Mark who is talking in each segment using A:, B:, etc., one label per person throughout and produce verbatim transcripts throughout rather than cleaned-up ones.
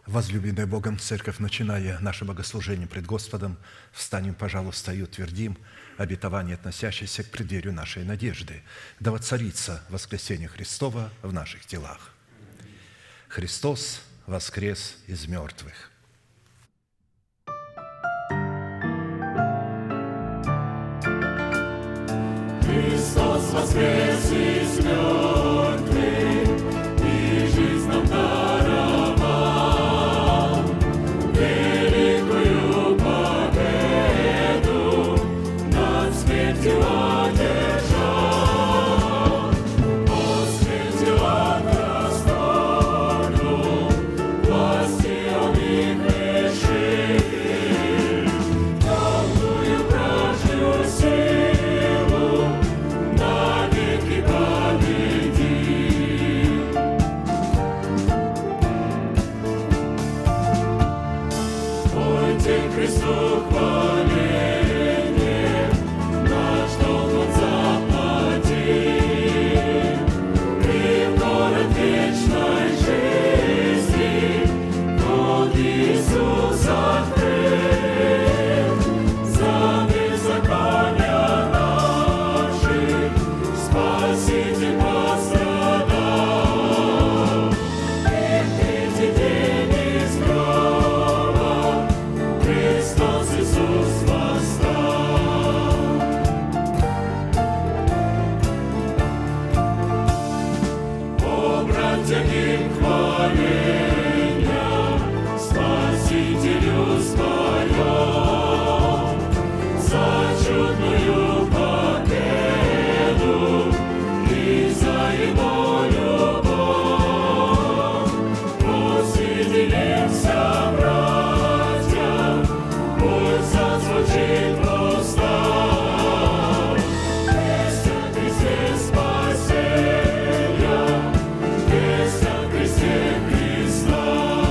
A: Возлюбленная Богом Церковь, начиная наше богослужение пред Господом, встанем, пожалуйста, и утвердим обетование, относящееся к преддверию нашей надежды. Да воцарится воскресение Христова в наших телах. Христос воскрес из мертвых.
B: Христос воскрес из мертвых, и жизнь нам даровал. Великую победу над смертью одержал. О смерти он расторгнул, власти он их лишил. Темную вражью силу навеки победил. Пойте к Христу хваление, наш долг он заплатил. И в город вечной жизни вход Иисус открыл. За беззакония наших Спаситель пострадал. И в третий день из гроба Христос Иисус восстал. О, братья, им хваления Спасителю споем за чудную победу и за Его любовь. Воссоединимся, братья, пусть зазвучит в устах песнь о Христе спасения, песнь о Христе Христа.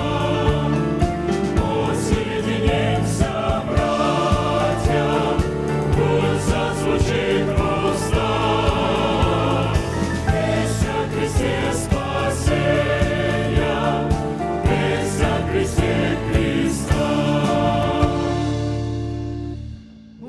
B: Воссоединимся, братья, пусть зазвучит в устах песнь о Христе спасения, песнь о Христе Христа. О,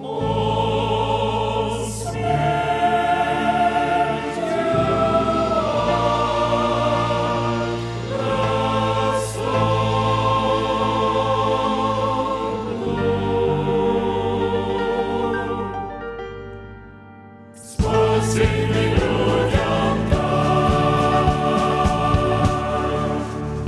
B: спасение людям дай.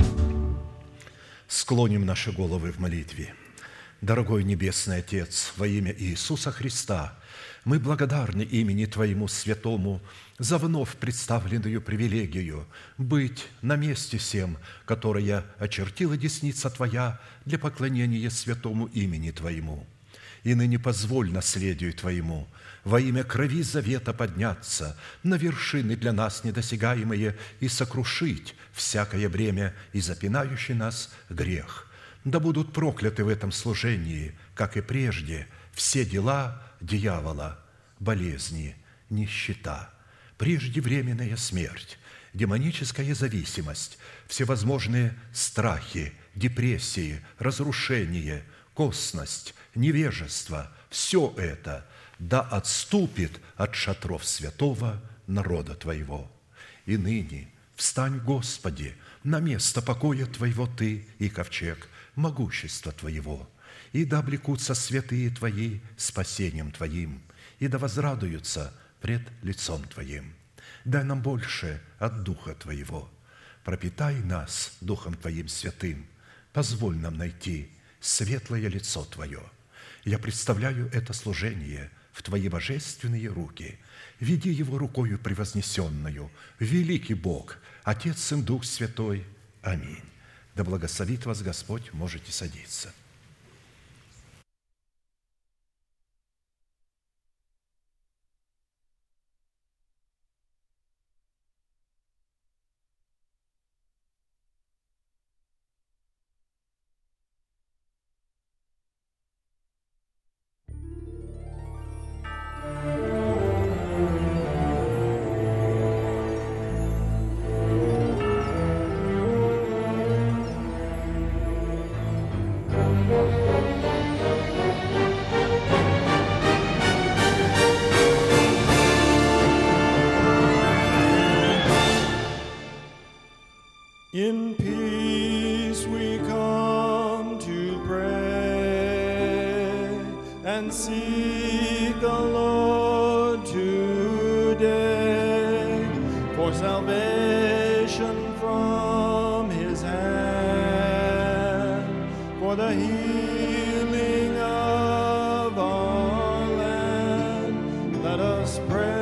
A: Склоним наши головы в молитве. Дорогой Небесный Отец, во имя Иисуса Христа, мы благодарны имени Твоему Святому за вновь представленную привилегию быть на месте всем, которое очертила десница Твоя для поклонения святому имени Твоему. И ныне позволь наследию Твоему во имя крови завета подняться на вершины для нас недосягаемые и сокрушить всякое бремя и запинающий нас грех. Да будут прокляты в этом служении, как и прежде, все дела дьявола, болезни, нищета, преждевременная смерть, демоническая зависимость, всевозможные страхи, депрессии, разрушение, косность, невежество – все это да отступит от шатров святого народа Твоего. И ныне встань, Господи, на место покоя Твоего Ты и ковчег могущества Твоего, и да облекутся святые Твои спасением Твоим, и да возрадуются пред лицом Твоим. Дай нам больше от Духа Твоего. Пропитай нас Духом Твоим святым. Позволь нам найти светлое лицо Твое. Я представляю это служение в Твои божественные руки. Веди его рукою превознесенную, великий Бог, Отец, Сын, Дух Святой. Аминь. Да благословит вас Господь, можете садиться.
C: In peace we come to pray and seek the Lord today for salvation from his hand, for the healing of our land. Let us pray.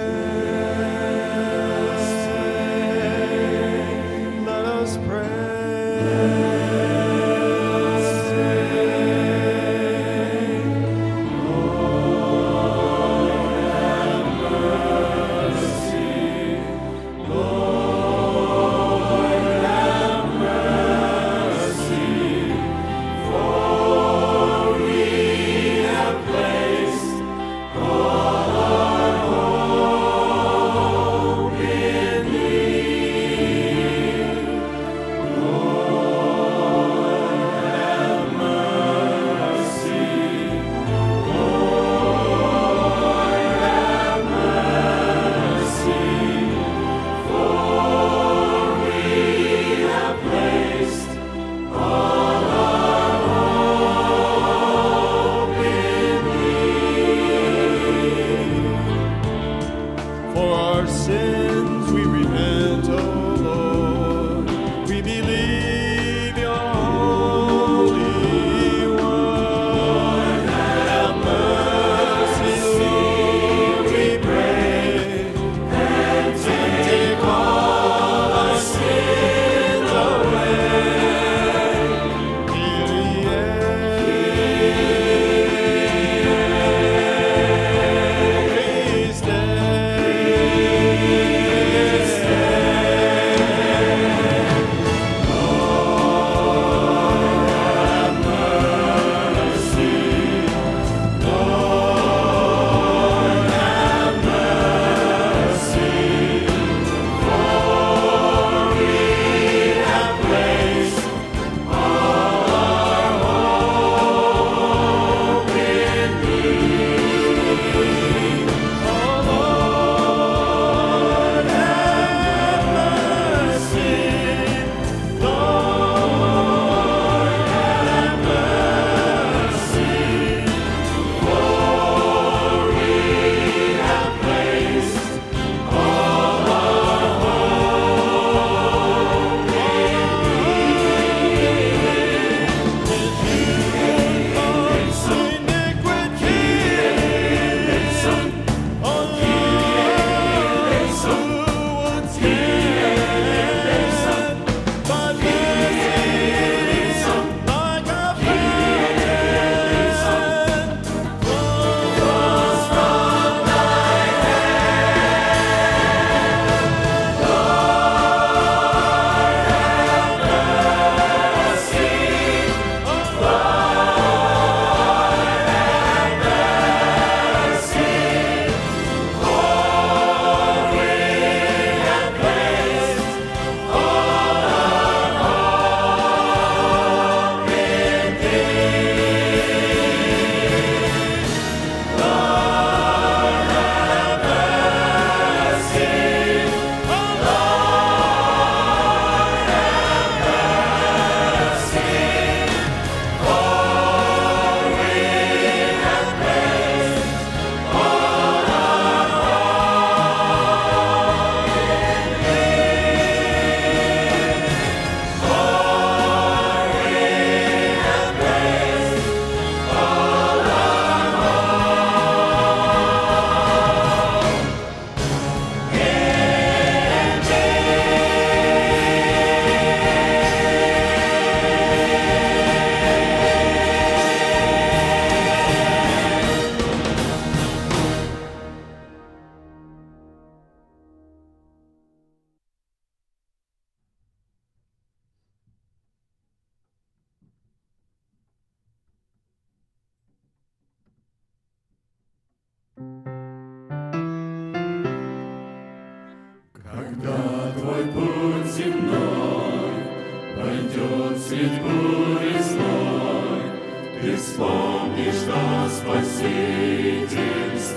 B: Спаситель с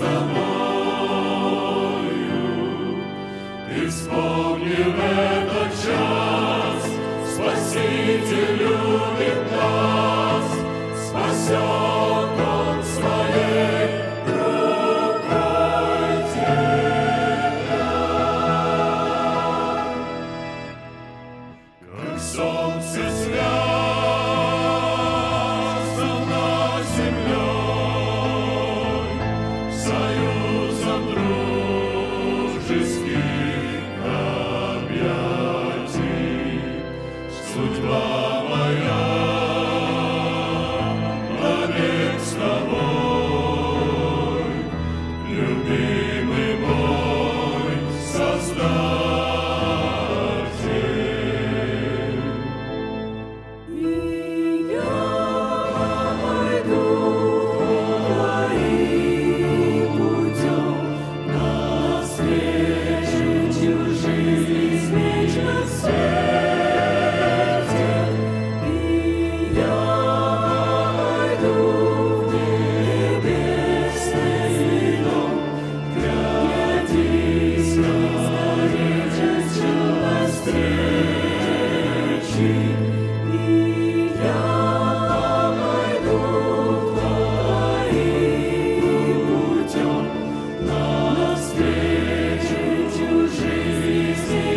B: тобою, ты вспомни в этот час Спаситель любит нас, спасет Он своей рукой тебя. Как солнце связано с землей, союзом дружеских объятий, судьба моя навек с тобой, любимый мой Создатель.
D: И я пойду твоим путем навстречу чужим вечностям. И я пойду в небесный дом, глядись, скорее чудо встречи. И я пойду твоим путем навстречу чужим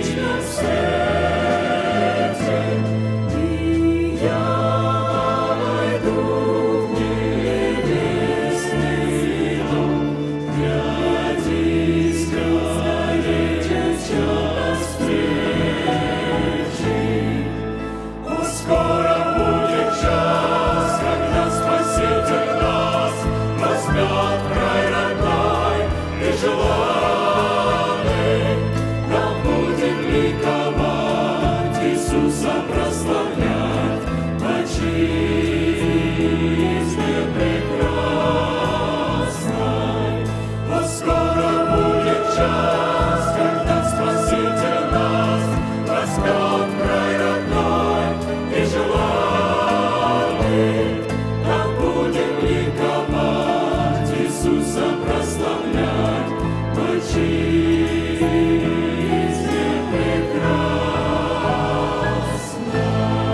D: вечностям. И я пойду в небесный дом, глядись, скорее чудо встречи.
B: О, скоро будет час, когда Спаситель нас возьмет в рай родной и желанный. Там будем ликовать, Иисуса прославлять в отчизне прекрасной. О, скоро будет час, когда Спаситель нас возьмет в рай родной и желанный. Там будем ликовать, Иисуса прославлять в отчизне прекрасной.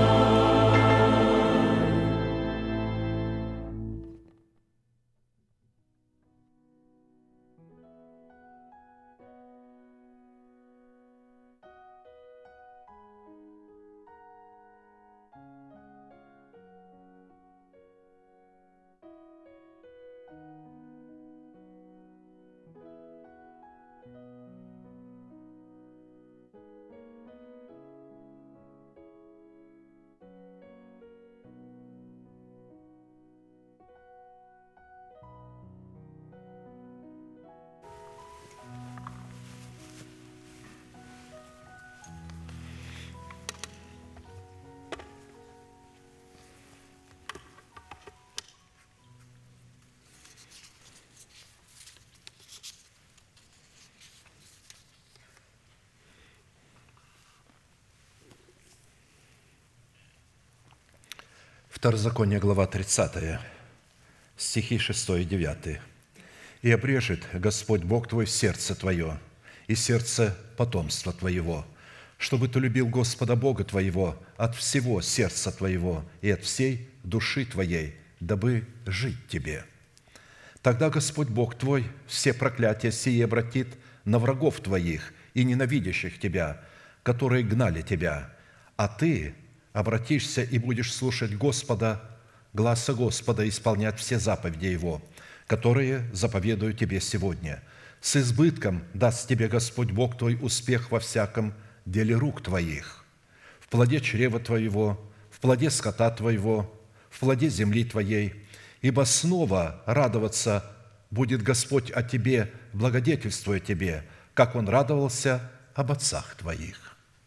A: Второзаконие, глава тридцатая, стихи шестой и девятый. «И обрежет Господь Бог твой сердце твое и сердце потомства твоего, чтобы ты любил Господа Бога твоего от всего сердца твоего и от всей души твоей, дабы жить тебе. Тогда Господь Бог твой все проклятия сии обратит на врагов твоих и ненавидящих тебя, которые гнали тебя, а ты обратишься и будешь слушать Господа, гласа Господа, исполнять все заповеди Его, которые заповедую тебе сегодня. С избытком даст тебе Господь Бог твой успех во всяком деле рук твоих, в плоде чрева твоего, в плоде скота твоего, в плоде земли твоей, ибо снова радоваться будет Господь о тебе, благодетельствуя тебе, как Он радовался об отцах твоих».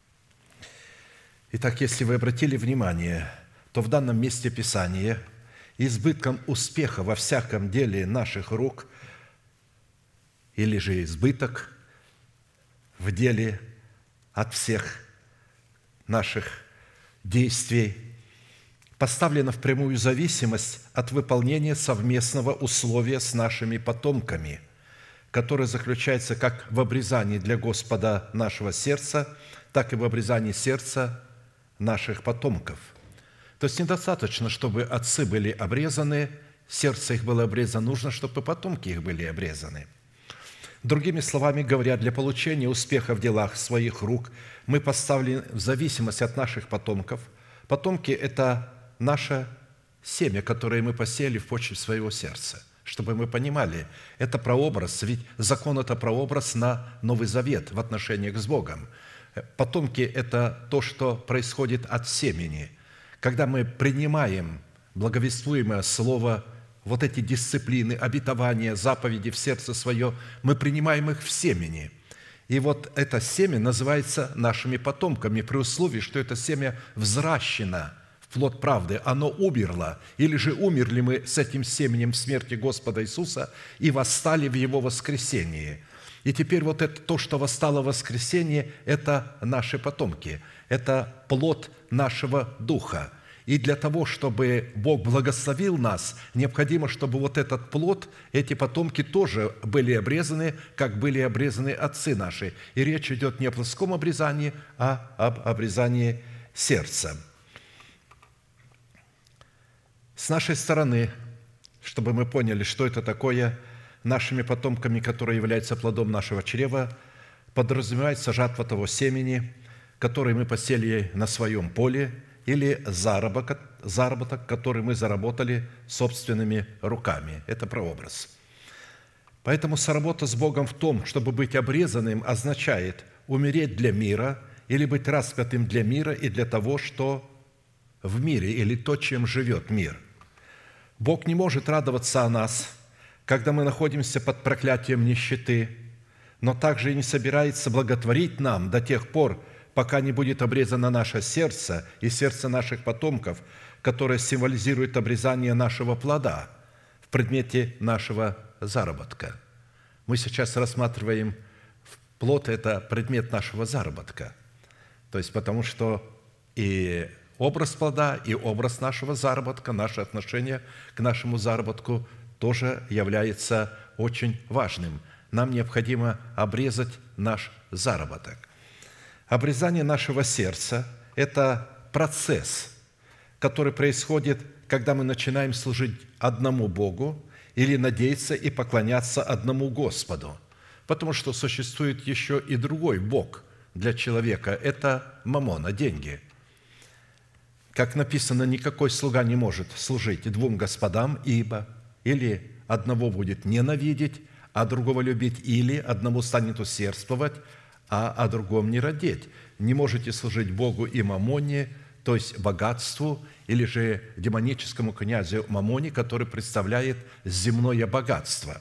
A: Итак, если вы обратили внимание, то в данном месте Писания избытком успеха во всяком деле наших рук или же избыток в деле от всех наших действий поставлена в прямую зависимость от выполнения совместного условия с нашими потомками, которое заключается как в обрезании для Господа нашего сердца, так и в обрезании сердца наших потомков. То есть недостаточно, чтобы отцы были обрезаны, сердце их было обрезано, нужно, чтобы потомки их были обрезаны. Другими словами говоря, для получения успеха в делах своих рук мы поставлены в зависимость от наших потомков. Потомки – это наше семя, которое мы посеяли в почве своего сердца. Чтобы мы понимали, это прообраз, ведь закон – это прообраз на Новый Завет в отношениях с Богом. Потомки – это то, что происходит от семени. Когда мы принимаем благовествуемое слово, вот эти дисциплины, обетования, заповеди в сердце свое, мы принимаем их в семени. И вот это семя называется нашими потомками при условии, что это семя взращено в плод правды, оно умерло, или же умерли мы с этим семенем в смерти Господа Иисуса и восстали в Его воскресении. И теперь вот это то, что восстало в воскресении, это наши потомки, это плод нашего духа. И для того, чтобы Бог благословил нас, необходимо, чтобы вот этот плод, эти потомки тоже были обрезаны, как были обрезаны отцы наши. И речь идет не о плоском обрезании, а об обрезании сердца. С нашей стороны, чтобы мы поняли, что это такое, нашими потомками, которые являются плодом нашего чрева, подразумевается жатва того семени, который мы посеяли на своем поле, или заработок, заработок, который мы заработали собственными руками. Это прообраз. Поэтому соработа с Богом в том, чтобы быть обрезанным, означает умереть для мира или быть распятым для мира и для того, что в мире, или то, чем живет мир. Бог не может радоваться о нас, когда мы находимся под проклятием нищеты, но также и не собирается благотворить нам до тех пор, пока не будет обрезано наше сердце и сердце наших потомков, которое символизирует обрезание нашего плода в предмете нашего заработка. Мы сейчас рассматриваем плод – это предмет нашего заработка. То есть потому что и образ плода, и образ нашего заработка, наше отношение к нашему заработку тоже является очень важным. Нам необходимо обрезать наш заработок. Обрезание нашего сердца – это процесс, который происходит, когда мы начинаем служить одному Богу или надеяться и поклоняться одному Господу, потому что существует еще и другой Бог для человека – это маммона, деньги. Как написано, никакой слуга не может служить двум господам, ибо или одного будет ненавидеть, а другого любить, или одному станет усердствовать, а о другом не родить. Не можете служить Богу и мамоне, то есть богатству, или же демоническому князю Мамоне, который представляет земное богатство.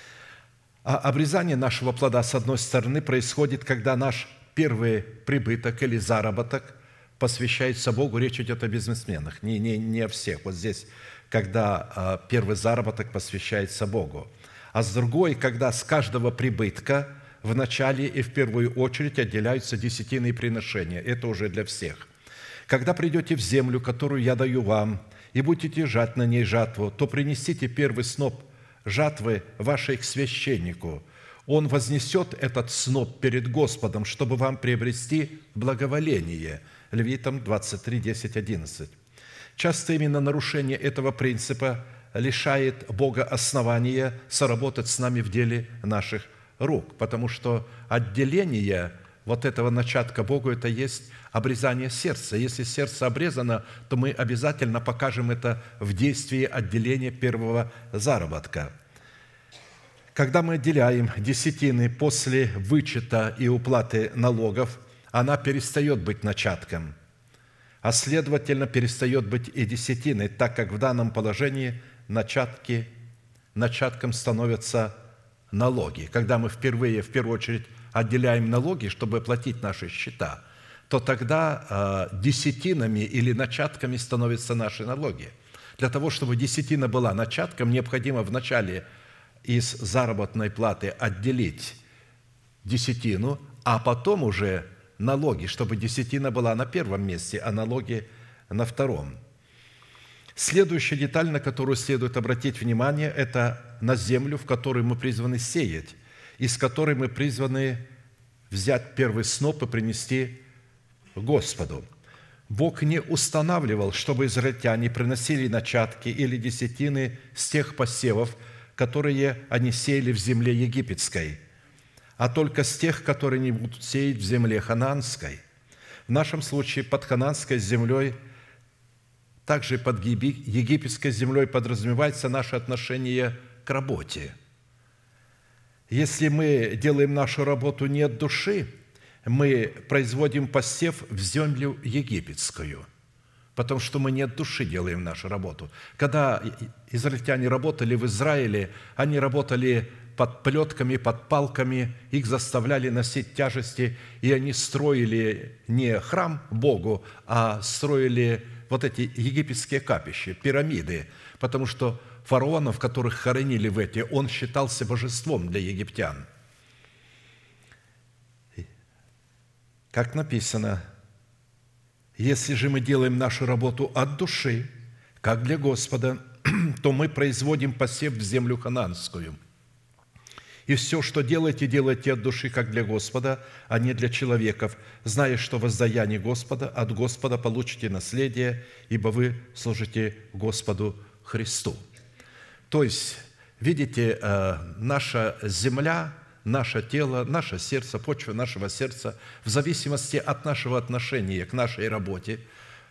A: А обрезание нашего плода, с одной стороны, происходит, когда наш первый прибыток или заработок посвящается Богу. Речь идет о бизнесменах, не, не, не о всех. Вот здесь, когда первый заработок посвящается Богу. А с другой, когда с каждого прибытка в начале и в первую очередь отделяются десятины и приношения. Это уже для всех. Когда придете в землю, которую я даю вам, и будете жать на ней жатву, то принесите первый сноп жатвы вашей к священнику. Он вознесет этот сноп перед Господом, чтобы вам приобрести благоволение. Левитам двадцать три, десять, одиннадцать. Часто именно нарушение этого принципа лишает Бога основания соработать с нами в деле наших рук, потому что отделение вот этого начатка Богу – это есть обрезание сердца. Если сердце обрезано, то мы обязательно покажем это в действии отделения первого заработка. Когда мы отделяем десятины после вычета и уплаты налогов, она перестает быть начатком, а следовательно перестает быть и десятиной, так как в данном положении начатки, начатком становятся налоги. Когда мы впервые, в первую очередь, отделяем налоги, чтобы платить наши счета, то тогда э, десятинами или начатками становятся наши налоги. Для того, чтобы десятина была начатком, необходимо вначале из заработной платы отделить десятину, а потом уже налоги, чтобы десятина была на первом месте, а налоги на втором. Следующая деталь, на которую следует обратить внимание, это на землю, в которой мы призваны сеять, из которой мы призваны взять первый сноп и принести Господу. Бог не устанавливал, чтобы израильтяне приносили начатки или десятины с тех посевов, которые они сеяли в земле египетской, а только с тех, которые они будут сеять в земле ханаанской. В нашем случае под ханаанской землей, также под египетской землей подразумевается наше отношение к работе. Если мы делаем нашу работу не от души, мы производим посев в землю египетскую, потому что мы не от души делаем нашу работу. Когда израильтяне работали в Израиле, они работали под плетками, под палками, их заставляли носить тяжести, и они строили не храм Богу, а строили вот эти египетские капища, пирамиды, потому что фараонов, которых хоронили в эти, он считался божеством для египтян. Как написано, если же мы делаем нашу работу от души, как для Господа, то мы производим посев в землю ханаанскую. И все, что делаете, делайте от души, как для Господа, а не для человеков, зная, что воздаяние Господа, от Господа получите наследие, ибо вы служите Господу Христу. То есть, видите, наша земля, наше тело, наше сердце, почва нашего сердца, в зависимости от нашего отношения к нашей работе,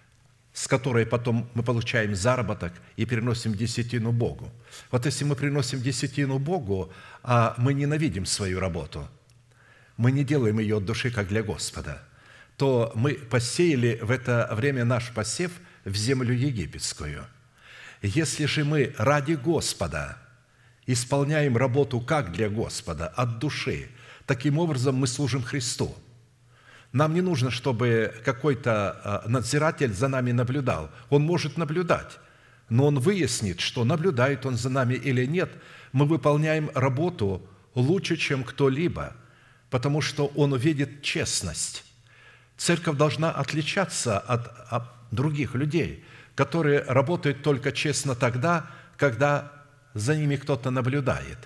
A: с которой потом мы получаем заработок и приносим десятину Богу. Вот если мы приносим десятину Богу, а мы ненавидим свою работу, мы не делаем ее от души, как для Господа, то мы посеяли в это время наш посев в землю египетскую. Если же мы ради Господа исполняем работу как для Господа, от души, таким образом мы служим Христу. Нам не нужно, чтобы какой-то надзиратель за нами наблюдал. Он может наблюдать, но он выяснит, что наблюдает он за нами или нет. Мы выполняем работу лучше, чем кто-либо, потому что он увидит честность. Церковь должна отличаться от, от других людей, которые работают только честно тогда, когда за ними кто-то наблюдает.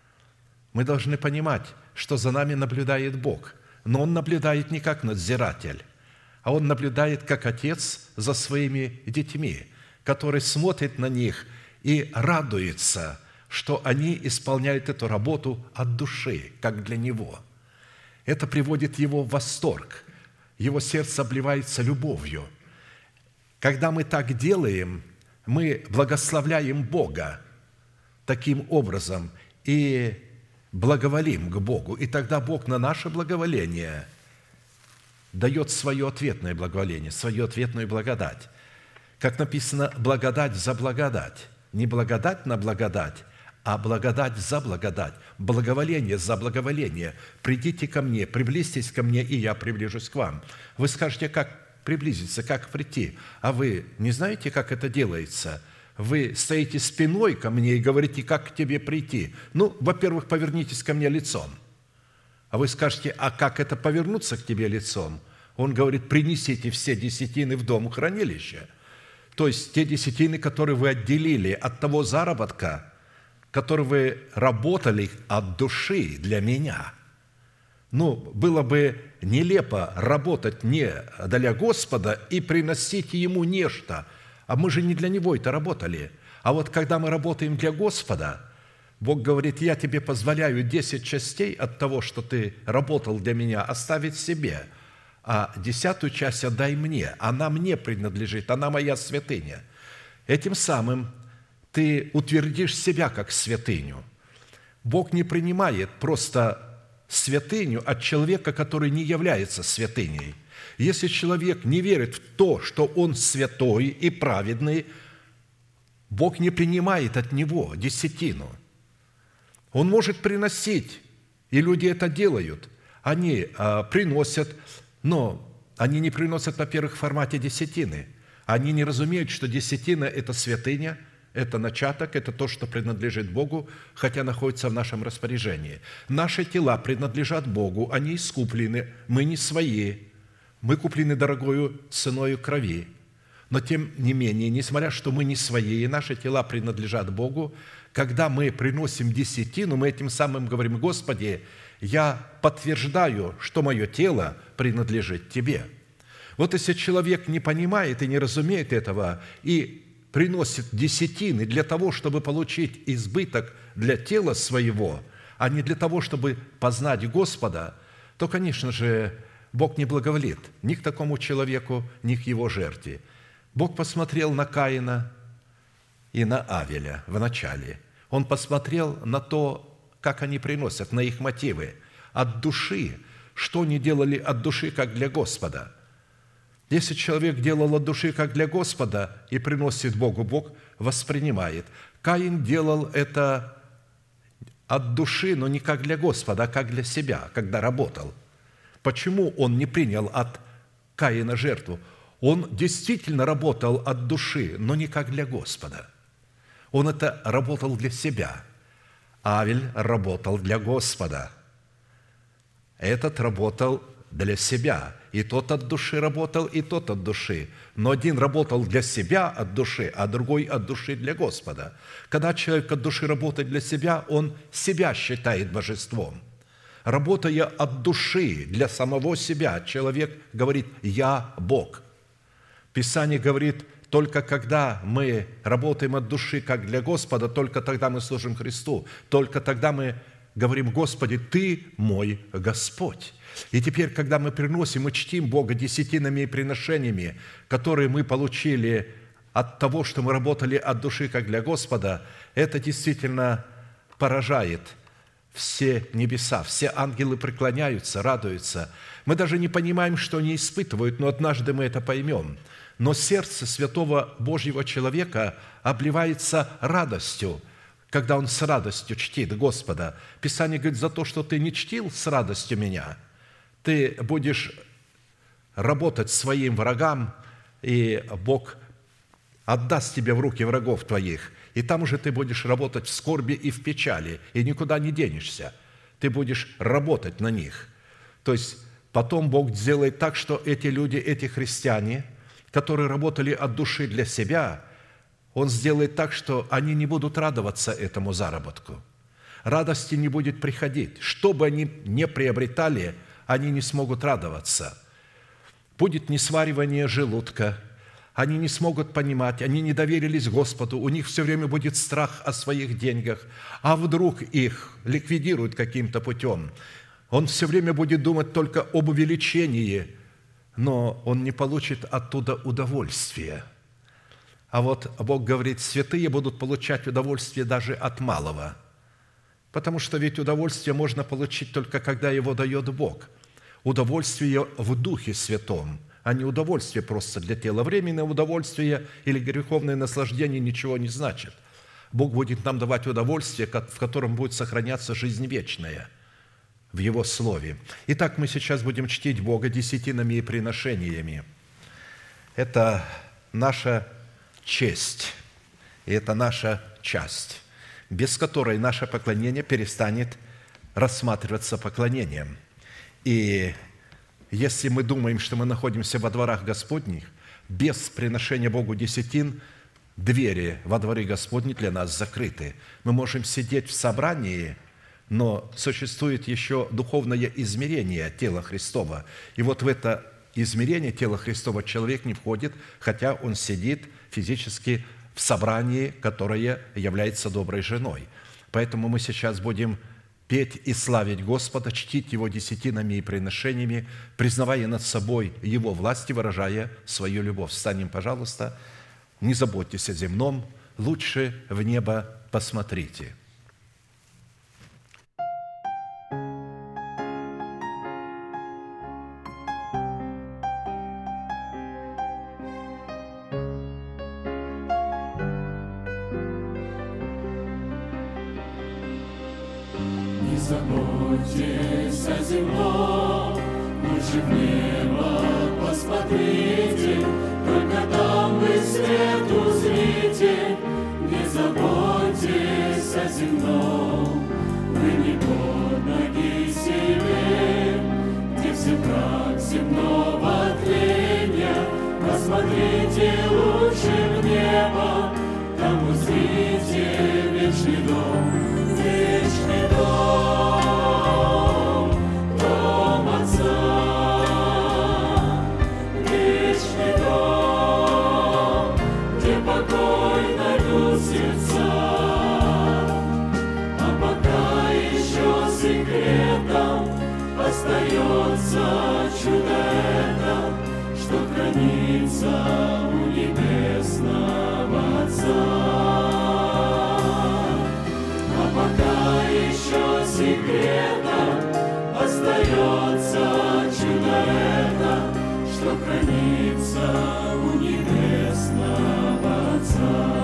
A: Мы должны понимать, что за нами наблюдает Бог, но Он наблюдает не как надзиратель, а Он наблюдает как Отец за своими детьми, который смотрит на них и радуется, что они исполняют эту работу от души, как для Него. Это приводит Его в восторг, Его сердце обливается любовью. Когда мы так делаем, мы благословляем Бога таким образом и благоволим к Богу. И тогда Бог на наше благоволение дает свое ответное благоволение, свою ответную благодать. Как написано, благодать за благодать. Не благодать на благодать, а благодать за благодать. Благоволение за благоволение. Придите ко мне, приблизьтесь ко мне, и я приближусь к вам. Вы скажете, как приблизиться, как прийти. А вы не знаете, как это делается? Вы стоите спиной ко мне и говорите, как к тебе прийти. Ну, во-первых, повернитесь ко мне лицом. А вы скажете, а как это повернуться к тебе лицом? Он говорит, принесите все десятины в дом хранилища. То есть те десятины, которые вы отделили от того заработка, который вы работали от души для меня. Ну, было бы нелепо работать не для Господа и приносить Ему нечто. А мы же не для Него это работали. А вот когда мы работаем для Господа, Бог говорит, я тебе позволяю десять частей от того, что ты работал для меня, оставить себе, а десятую часть отдай мне. Она мне принадлежит, она моя святыня. Этим самым ты утвердишь себя как святыню. Бог не принимает просто святыню от человека, который не является святыней. Если человек не верит в то, что он святой и праведный, Бог не принимает от него десятину. Он может приносить, и люди это делают. Они а, приносят, но они не приносят, во-первых, в формате десятины. Они не разумеют, что десятина – это святыня, это начаток, это то, что принадлежит Богу, хотя находится в нашем распоряжении. Наши тела принадлежат Богу, они искуплены, мы не свои. Мы куплены дорогою ценою крови. Но тем не менее, несмотря что мы не свои, и наши тела принадлежат Богу, когда мы приносим десятину, мы этим самым говорим, Господи, я подтверждаю, что мое тело принадлежит Тебе. Вот если человек не понимает и не разумеет этого, и приносит десятины для того, чтобы получить избыток для тела своего, а не для того, чтобы познать Господа, то, конечно же, Бог не благоволит ни к такому человеку, ни к его жертве. Бог посмотрел на Каина и на Авеля в начале. Он посмотрел на то, как они приносят, на их мотивы, от души, что они делали от души, как для Господа. Если человек делал от души, как для Господа, и приносит Богу, Бог воспринимает. Каин делал это от души, но не как для Господа, а как для себя, когда работал. Почему он не принял от Каина жертву? Он действительно работал от души, но не как для Господа. Он это работал для себя. Авель работал для Господа. Этот работал для себя. И тот от души работал, и тот от души. Но один работал для себя от души, а другой от души для Господа. Когда человек от души работает для себя, он себя считает божеством. Работая от души для самого себя, человек говорит «Я Бог». Писание говорит, только когда мы работаем от души, как для Господа, только тогда мы служим Христу, только тогда мы говорим «Господи, Ты мой Господь». И теперь, когда мы приносим и чтим Бога десятинами и приношениями, которые мы получили от того, что мы работали от души, как для Господа, это действительно поражает все небеса, все ангелы преклоняются, радуются. Мы даже не понимаем, что они испытывают, но однажды мы это поймем. Но сердце святого Божьего человека обливается радостью, когда он с радостью чтит Господа. Писание говорит, за то, что ты не чтил с радостью меня, ты будешь работать своим врагам, и Бог отдаст тебе в руки врагов твоих. И там уже ты будешь работать в скорби и в печали, и никуда не денешься. Ты будешь работать на них. То есть потом Бог сделает так, что эти люди, эти христиане, которые работали от души для себя, Он сделает так, что они не будут радоваться этому заработку. Радости не будет приходить. Что бы они ни приобретали, они не смогут радоваться. Будет несваривание желудка, они не смогут понимать, они не доверились Господу, у них все время будет страх о своих деньгах, а вдруг их ликвидируют каким-то путем. Он все время будет думать только об увеличении, но он не получит оттуда удовольствия. А вот Бог говорит, святые будут получать удовольствие даже от малого, потому что ведь удовольствие можно получить только когда его дает Бог. Удовольствие в Духе Святом, а не удовольствие просто для тела. Временное удовольствие или греховное наслаждение ничего не значит. Бог будет нам давать удовольствие, в котором будет сохраняться жизнь вечная в Его Слове. Итак, мы сейчас будем чтить Бога десятинами и приношениями. Это наша честь, и это наша часть, без которой наше поклонение перестанет рассматриваться поклонением. И если мы думаем, что мы находимся во дворах Господних, без приношения Богу десятин, двери во дворы Господни для нас закрыты. Мы можем сидеть в собрании, но существует еще духовное измерение тела Христова. И вот в это измерение тела Христова человек не входит, хотя он сидит физически в собрании, которое является доброй женой. Поэтому мы сейчас будем петь и славить Господа, чтить Его десятинами и приношениями, признавая над собой Его власть и выражая свою любовь. Встанем, пожалуйста, не заботьтесь о земном, лучше в небо посмотрите.
B: Не заботьтесь о земном, лучше в небо посмотрите, только там вы свет узрите. Не заботьтесь о земном, вы не под ноги себе, где все прах земного тления. Посмотрите лучше в небо, там узрите вечный дом. Вечный дом, дом Отца, вечный поклоняться у небесного Отца. А пока еще секретом остается чудо это, что хранится у небесного Отца.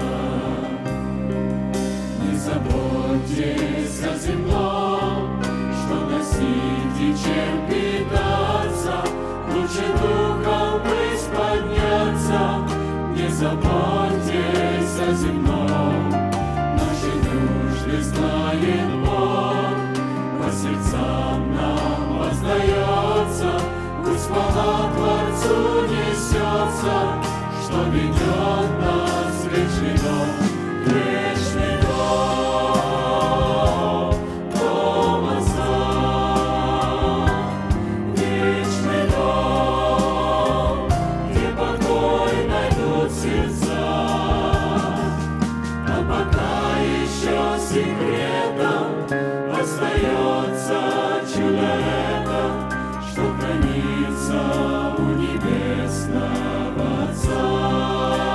B: Не заботьтесь о земном, что носить и чем питаться, лучше духом ввысь подняться. Не заботьтесь о земном, наши нужды знает Бог, по сердцам нам воздается, пусть хвала Творцу несется, что ведет нас в вечный дом. Вечный дом, дом Отца, вечный дом, где покой найдут сердца. А пока еще секретом остается чудо это, что хранится у небесного Отца.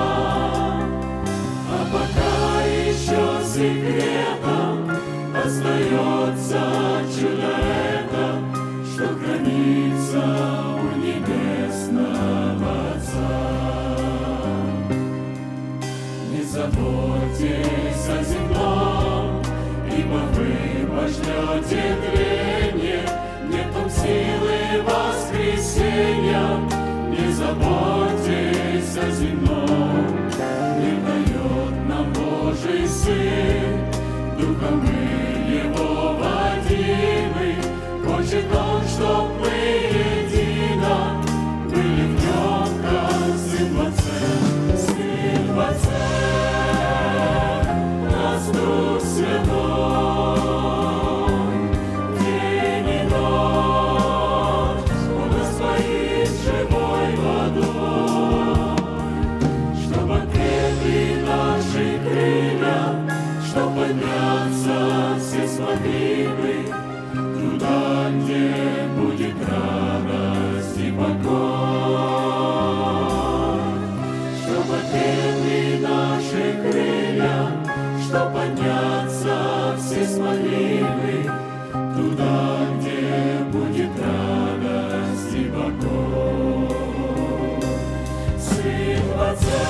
B: Секретом остается чудо это, что хранится у небесного Отца. Не заботьтесь о земном, ибо вы пожнете тление, нет там силы воскресения. Не заботьтесь о земном, не дает нам Божий Сын, Духом мы Его водимы. Хочет Он, чтоб мы едино были в Нем, как Сын в Отце. Сын в Отце, нас Дух Святой, день и ночь Он нас поит живой водой, чтоб окрепли наши крылья, чтоб подняться все смогли бы туда, где будет радость и покой. Чтоб окрепли наши крылья, чтоб подняться все смогли бы туда, где будет радость и покой. Сын в Отце,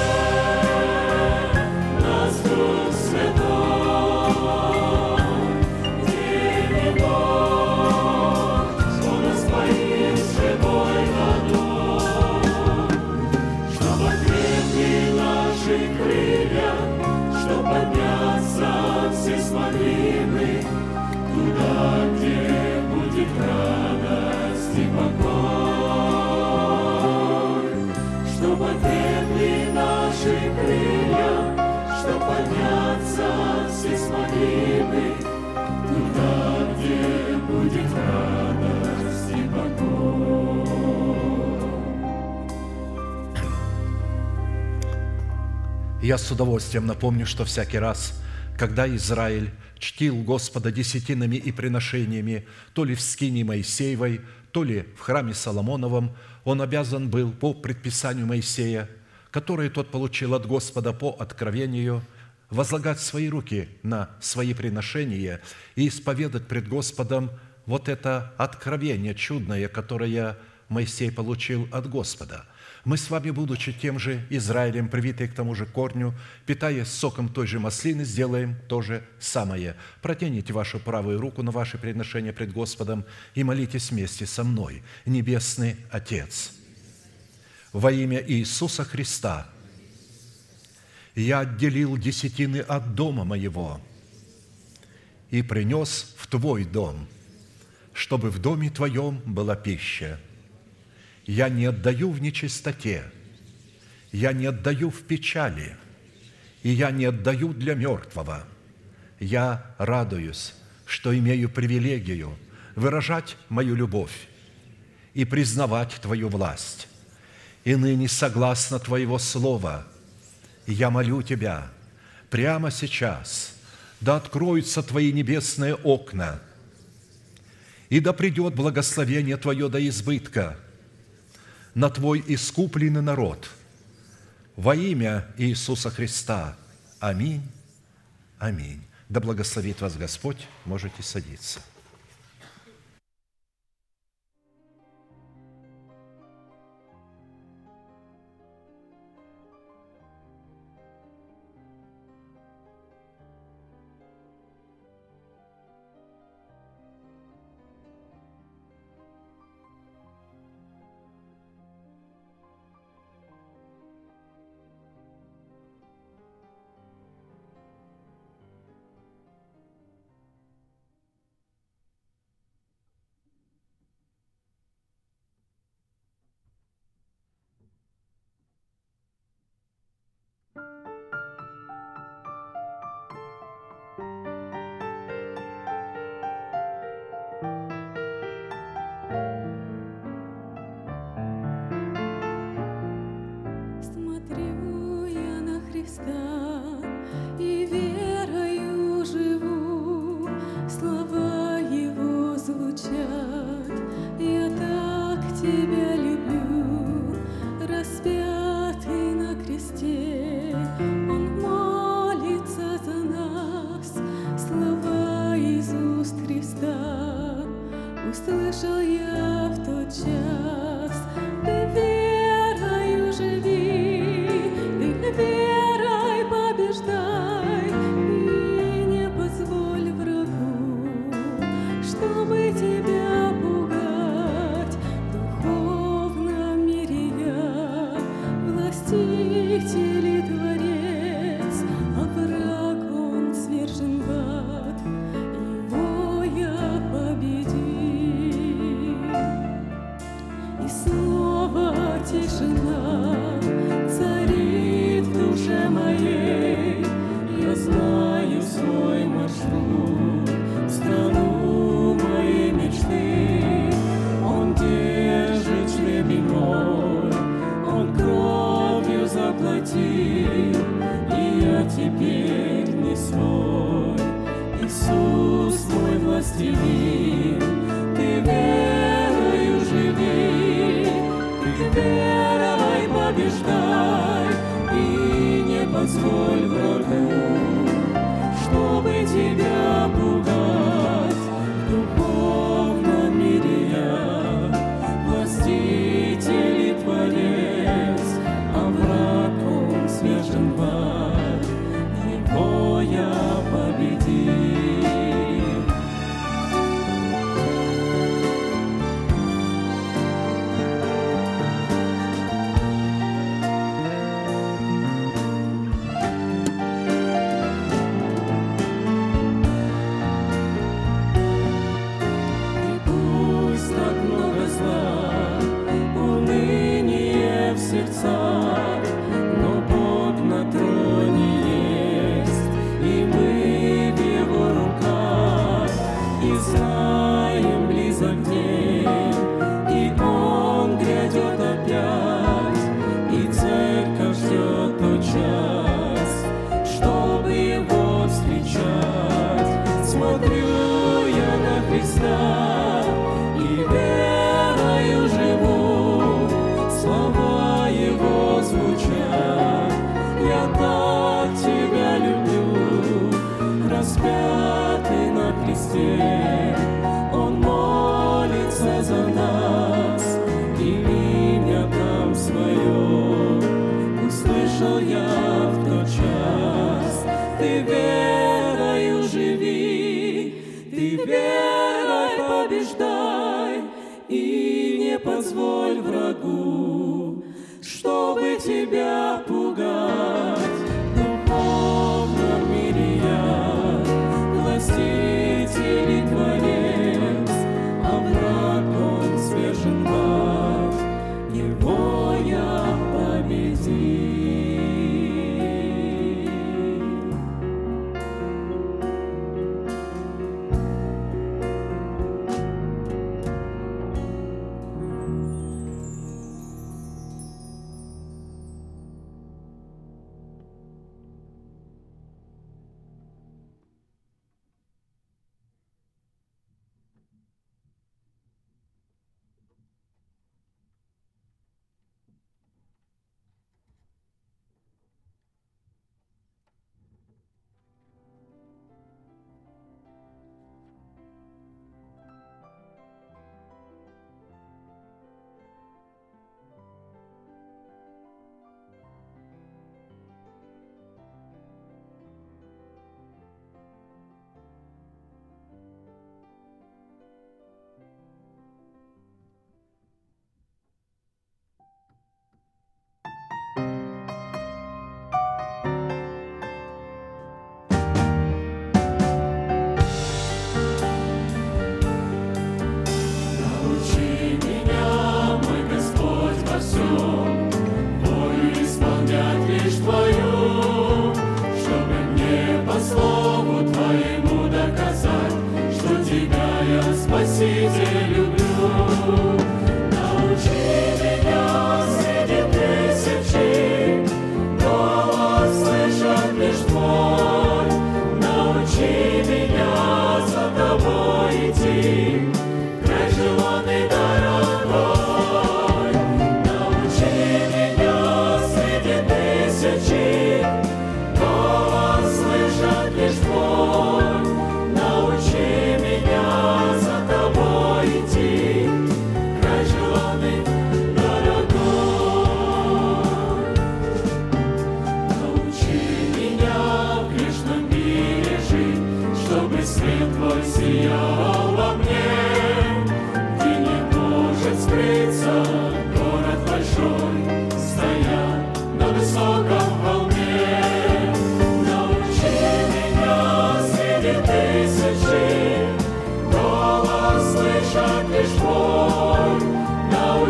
B: нас Дух Святой, день и ночь Он нас поит живой водой, чтоб окрепли наши крылья, чтоб подняться все смогли мы туда, где будет радость и покой. Чтоб окрепли наши крылья, чтоб подняться все смогли мы туда, где будет радость и покой.
A: Я с удовольствием напомню, что всякий раз, когда Израиль чтил Господа десятинами и приношениями, то ли в скинии Моисеевой, то ли в храме Соломоновом, он обязан был по предписанию Моисея, которое тот получил от Господа по откровению, возлагать свои руки на свои приношения и исповедать пред Господом вот это откровение чудное, которое Моисей получил от Господа. Мы с вами, будучи тем же Израилем, привитые к тому же корню, питаясь соком той же маслины, сделаем то же самое. Протяните вашу правую руку на ваши приношения пред Господом и молитесь вместе со мной. Небесный Отец, во имя Иисуса Христа я отделил десятины от дома моего и принес в Твой дом, чтобы в доме Твоем была пища. Я не отдаю в нечистоте, я не отдаю в печали, и я не отдаю для мертвого. Я радуюсь, что имею привилегию выражать мою любовь и признавать Твою власть. И ныне, согласно Твоего слова, я молю Тебя прямо сейчас, да откроются Твои небесные окна, и да придет благословение Твое до избытка на Твой искупленный народ. Во имя Иисуса Христа. Аминь. Аминь. Да благословит вас Господь. Можете садиться.
D: И верою живу, слова Его звучат. Я так Тебя люблю, распятый на кресте. Он молится за нас, слова из уст Христа. Услышал я в тот час, ты верою живи, ты верой побеждай, и не позволь врагу, чтобы тебя пугать. В духовном мире я властитель и творец, а враг он свержен в ад, его я победил. И снова тишина царит в душе моей. Я знаю свой маршрут в страну моей мечты. Он держит жребий мой, он кровью заплатил, и я теперь не свой. Иисус мой властелин, ты верою живи, ты верой побеждай, и не позволь врагу, чтобы тебя пугать. В духовном мире я властитель и творец, а враг он свержен в ад, его я победил. Но Бог на троне есть, и мы в Его руках, и знаем близок день, и Он грядет опять, и церковь ждет тот час, чтобы Его встречать. Смотрю я на Христа, и верою живу, слова Его звучат. Я так Тебя люблю, распятый на кресте. Он молится за нас, и имя там свое услышал я в тот час. Ты верою живи, ты верой побеждай, и не позволь врагу, чтобы тебя пугать. В духовном мире я властитель и творец, а враг он свержен в ад, его я победил.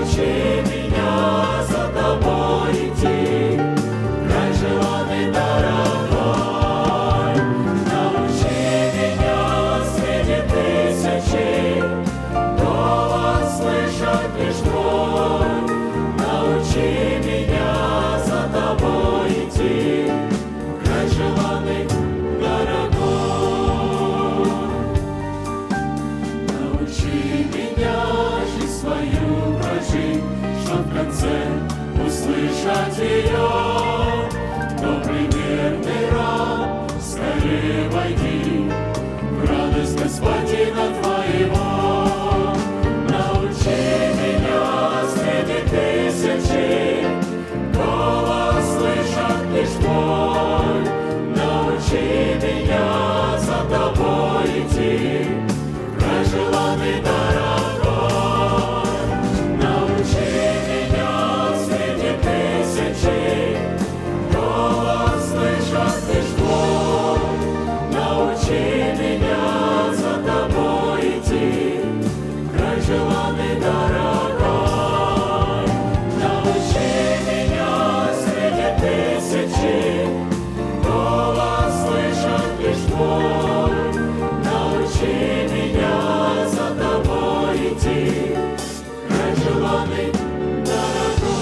B: научи меня за тобой идти, край желанный дорогой. Научи меня среди тысячи голос слышать лишь твой. Научи меня за тобой идти, край желанный дорогой. Научи меня жизнь свою прожить, чтоб в конце услышать ее. Добрый верный раб, скорее войди в радость Господина твоего. Научи меня среди тысячи голос слышать лишь твой. Научи меня за тобой идти, край желанный дорогой. Научи меня среди тысячи голос слышать лишь твой. Научи меня за тобой идти, край желанный дорогой. Научи меня среди тысячи голос слышать лишь твой. Научи меня за тобой идти, край желанный дорогой.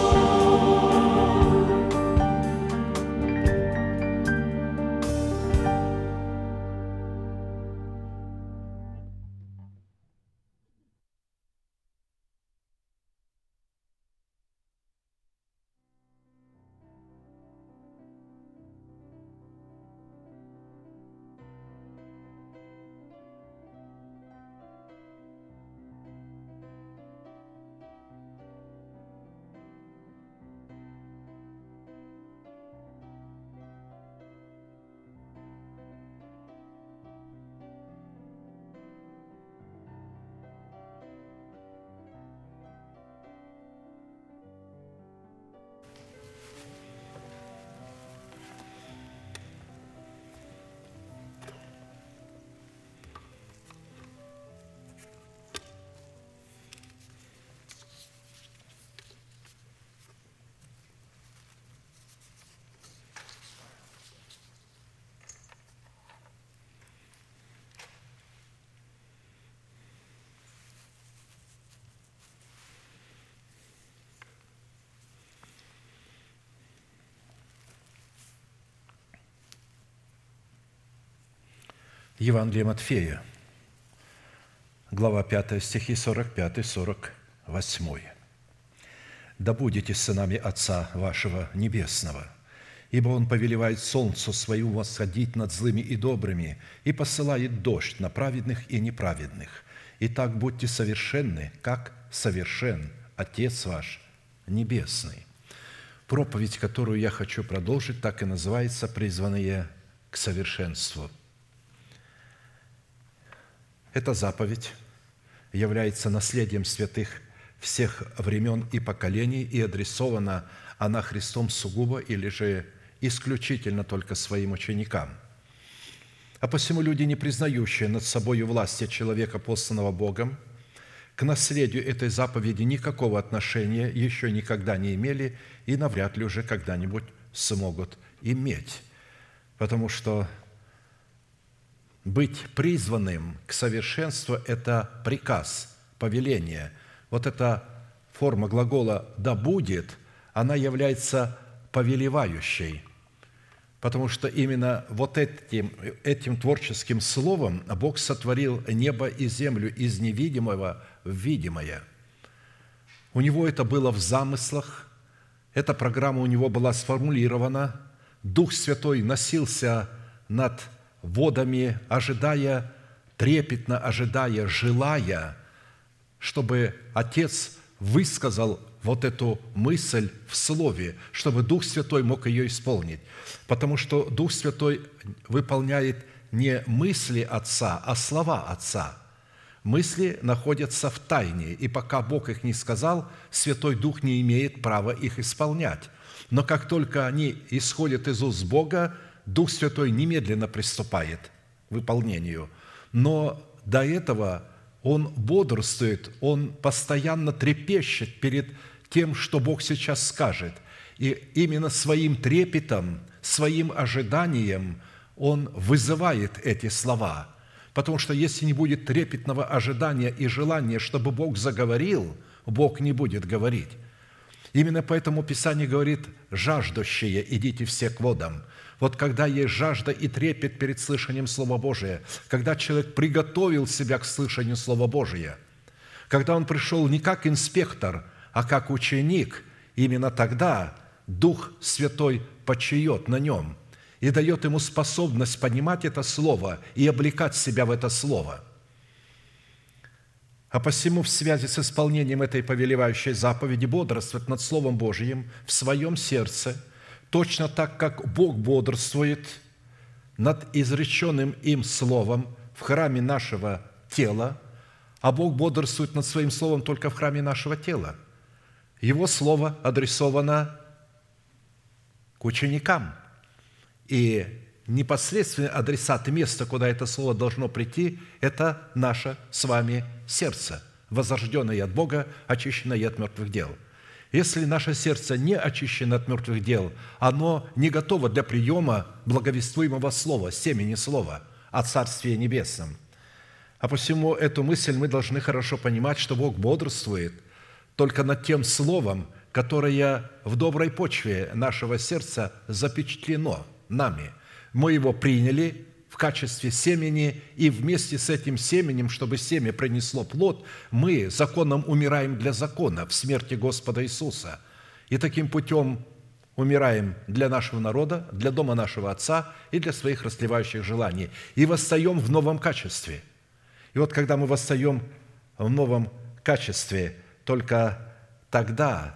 A: Евангелие Матфея, глава пятая, стихи сорок пять сорок восемь. «Да будете сынами Отца вашего Небесного, ибо Он повелевает солнцу своему восходить над злыми и добрыми и посылает дождь на праведных и неправедных. Итак, будьте совершенны, как совершен Отец ваш Небесный». Проповедь, которую я хочу продолжить, так и называется «Призванные к совершенству». Эта заповедь является наследием святых всех времен и поколений, и адресована она Христом сугубо или же исключительно только своим ученикам. А посему люди, не признающие над собою власти человека, посланного Богом, к наследию этой заповеди никакого отношения еще никогда не имели и навряд ли уже когда-нибудь смогут иметь, потому что быть призванным к совершенству – это приказ, повеление. Вот эта форма глагола «да будет», она является повелевающей, потому что именно вот этим, этим творческим словом Бог сотворил небо и землю из невидимого в видимое. У Него это было в замыслах, эта программа у Него была сформулирована, Дух Святой носился над водами, ожидая, трепетно ожидая, желая, чтобы Отец высказал вот эту мысль в Слове, чтобы Дух Святой мог ее исполнить. Потому что Дух Святой выполняет не мысли Отца, а слова Отца. Мысли находятся в тайне, и пока Бог их не сказал, Святой Дух не имеет права их исполнять. Но как только они исходят из уст Бога, Дух Святой немедленно приступает к выполнению. Но до этого он бодрствует, он постоянно трепещет перед тем, что Бог сейчас скажет. И именно своим трепетом, своим ожиданием он вызывает эти слова. Потому что если не будет трепетного ожидания и желания, чтобы Бог заговорил, Бог не будет говорить. Именно поэтому Писание говорит: «Жаждущие, идите все к водам». Вот когда есть жажда и трепет перед слышанием Слова Божия, когда человек приготовил себя к слышанию Слова Божия, когда он пришел не как инспектор, а как ученик, именно тогда Дух Святой почиет на нем и дает ему способность понимать это Слово и облекать себя в это Слово. А посему в связи с исполнением этой повелевающей заповеди бодрствовать над Словом Божьим в своем сердце, точно так, как Бог бодрствует над изреченным им Словом в храме нашего тела, а Бог бодрствует над Своим Словом только в храме нашего тела. Его Слово адресовано к ученикам, и непосредственный адресат и место, куда это Слово должно прийти, это наше с вами сердце, возрожденное от Бога, очищенное от мертвых дел. Если наше сердце не очищено от мертвых дел, оно не готово для приема благовествуемого Слова, семени Слова о Царстве Небесном. А посему эту мысль мы должны хорошо понимать, что Бог бодрствует только над тем Словом, которое в доброй почве нашего сердца запечатлено нами. Мы его приняли в качестве семени, и вместе с этим семенем, чтобы семя принесло плод, мы законом умираем для закона в смерти Господа Иисуса. И таким путем умираем для нашего народа, для дома нашего Отца и для своих растлевающих желаний. И восстаем в новом качестве. И вот когда мы восстаем в новом качестве, только тогда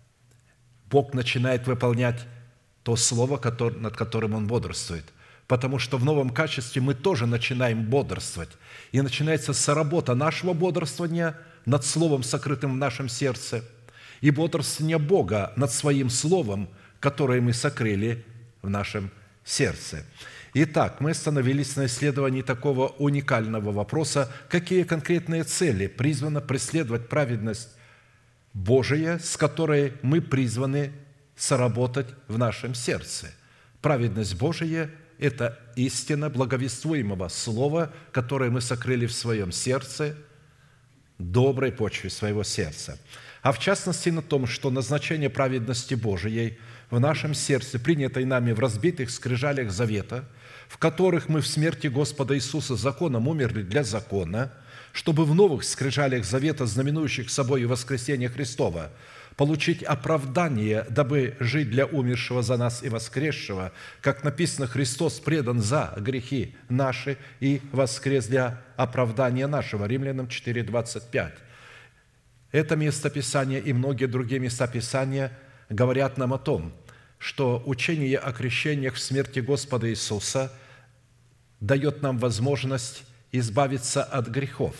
A: Бог начинает выполнять то слово, над которым Он бодрствует. Потому что в новом качестве мы тоже начинаем бодрствовать. И начинается соработа нашего бодрствования над Словом, сокрытым в нашем сердце, и бодрствование Бога над Своим Словом, которое мы сокрыли в нашем сердце. Итак, мы остановились на исследовании такого уникального вопроса, какие конкретные цели призвана преследовать праведность Божия, с которой мы призваны соработать в нашем сердце. Праведность Божия – это истина благовествуемого Слова, которое мы сокрыли в своем сердце, доброй почве своего сердца. А в частности на том, что назначение праведности Божией в нашем сердце, принятой нами в разбитых скрижалях завета, в которых мы в смерти Господа Иисуса законом умерли для закона, чтобы в новых скрижалях завета, знаменующих собой воскресение Христова, получить оправдание, дабы жить для умершего за нас и воскресшего, как написано: «Христос предан за грехи наши и воскрес для оправдания нашего». Римлянам четыре двадцать пять. Это местописание и многие другие места Писания говорят нам о том, что учение о крещениях в смерти Господа Иисуса дает нам возможность избавиться от грехов.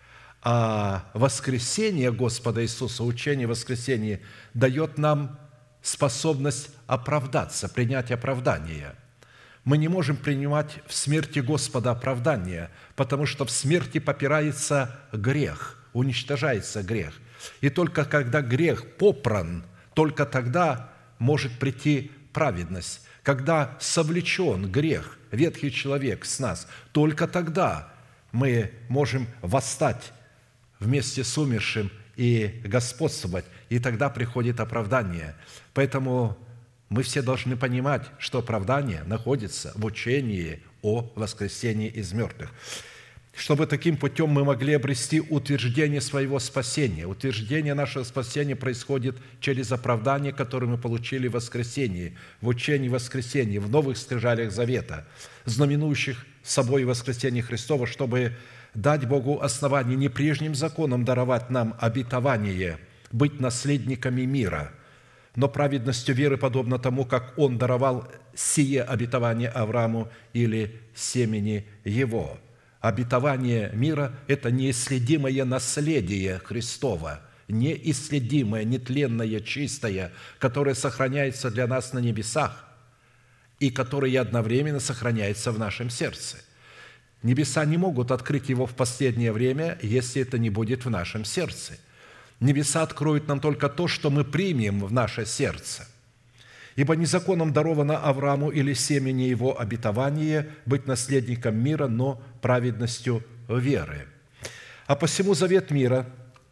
A: А воскресение Господа Иисуса, учение о воскресении, дает нам способность оправдаться, принять оправдание. Мы не можем принимать в смерти Господа оправдание, потому что в смерти попирается грех, уничтожается грех. И только когда грех попран, только тогда может прийти праведность. Когда совлечен грех, ветхий человек с нас, только тогда мы можем восстать вместе с умершим и господствовать, и тогда приходит оправдание. Поэтому мы все должны понимать, что оправдание находится в учении о воскресении из мертвых. Чтобы таким путем мы могли обрести утверждение своего спасения. Утверждение нашего спасения происходит через оправдание, которое мы получили в воскресении, в учении воскресения, в новых скрижалях завета, знаменующих собой воскресение Христова, чтобы дать Богу основание не прежним законом даровать нам обетование, быть наследниками мира, но праведностью веры, подобно тому, как Он даровал сие обетование Аврааму или семени его. Обетование мира – это неисследимое наследие Христова, неисследимое, нетленное, чистое, которое сохраняется для нас на небесах и которое одновременно сохраняется в нашем сердце. Небеса не могут открыть его в последнее время, если это не будет в нашем сердце. Небеса откроют нам только то, что мы примем в наше сердце. Ибо не законом даровано Аврааму или семени его обетование быть наследником мира, но праведностью веры. А посему завет мира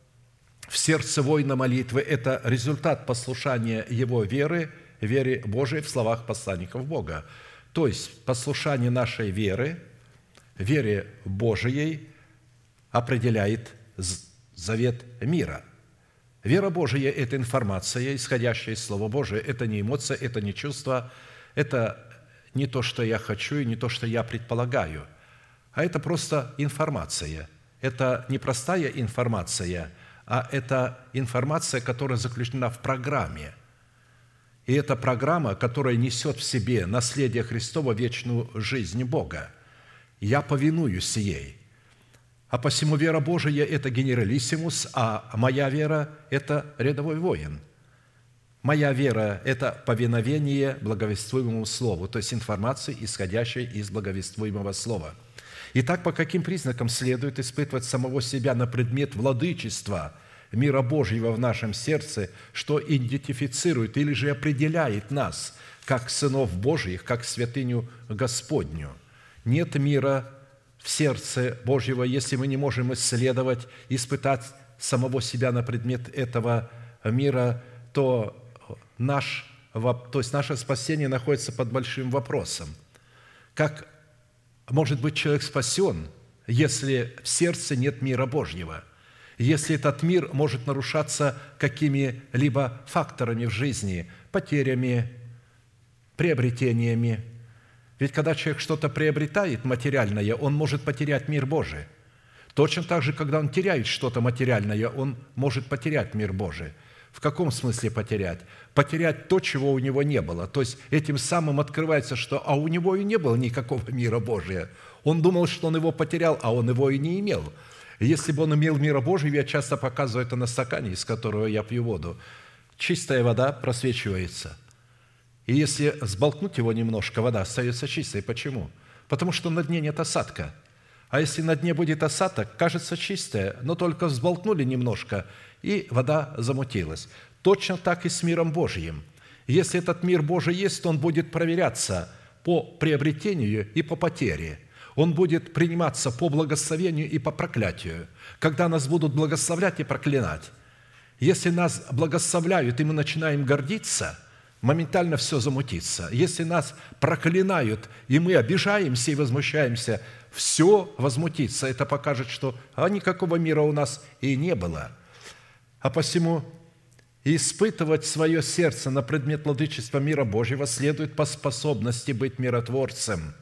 A: в сердце воина молитвы – это результат послушания его веры, вере Божией в словах посланников Бога. То есть послушание нашей веры, вере Божией определяет завет мира. Вера Божия – это информация, исходящая из Слова Божия. Это не эмоция, это не чувство, это не то, что я хочу, и не то, что я предполагаю, а это просто информация. Это не простая информация, а это информация, которая заключена в программе. И это программа, которая несет в себе наследие Христова, вечную жизнь Бога. Я повинуюсь ей. А посему вера Божия – это генералиссимус, а моя вера – это рядовой воин. Моя вера – это повиновение благовествуемому Слову, то есть информации, исходящей из благовествуемого Слова. Итак, по каким признакам следует испытывать самого себя на предмет владычества мира Божьего в нашем сердце, что идентифицирует или же определяет нас как сынов Божьих, как святыню Господню? Нет мира в сердце Божьего, если мы не можем исследовать, испытать самого себя на предмет этого мира, то, наш, то есть наше спасение находится под большим вопросом. Как может быть человек спасен, если в сердце нет мира Божьего? Если этот мир может нарушаться какими-либо факторами в жизни, потерями, приобретениями? Ведь когда человек что-то приобретает материальное, он может потерять мир Божий. Точно так же, когда он теряет что-то материальное, он может потерять мир Божий. В каком смысле потерять? Потерять то, чего у него не было. То есть этим самым открывается, что а у него и не было никакого мира Божия. Он думал, что он его потерял, а он его и не имел. Если бы он имел мира Божия, я часто показываю это на стакане, из которого я пью воду. Чистая вода просвечивается. И если сболтнуть его немножко, вода остается чистой. Почему? Потому что на дне нет осадка. А если на дне будет осадок, кажется чистая, но только взболтнули немножко, и вода замутилась. Точно так и с миром Божьим. Если этот мир Божий есть, то он будет проверяться по приобретению и по потере. Он будет приниматься по благословению и по проклятию. Когда нас будут благословлять и проклинать. Если нас благословляют, и мы начинаем гордиться – моментально все замутится. Если нас проклинают, и мы обижаемся и возмущаемся, все возмутится. Это покажет, что а никакого мира у нас и не было. А посему испытывать свое сердце на предмет владычества мира Божьего следует по способности быть миротворцем,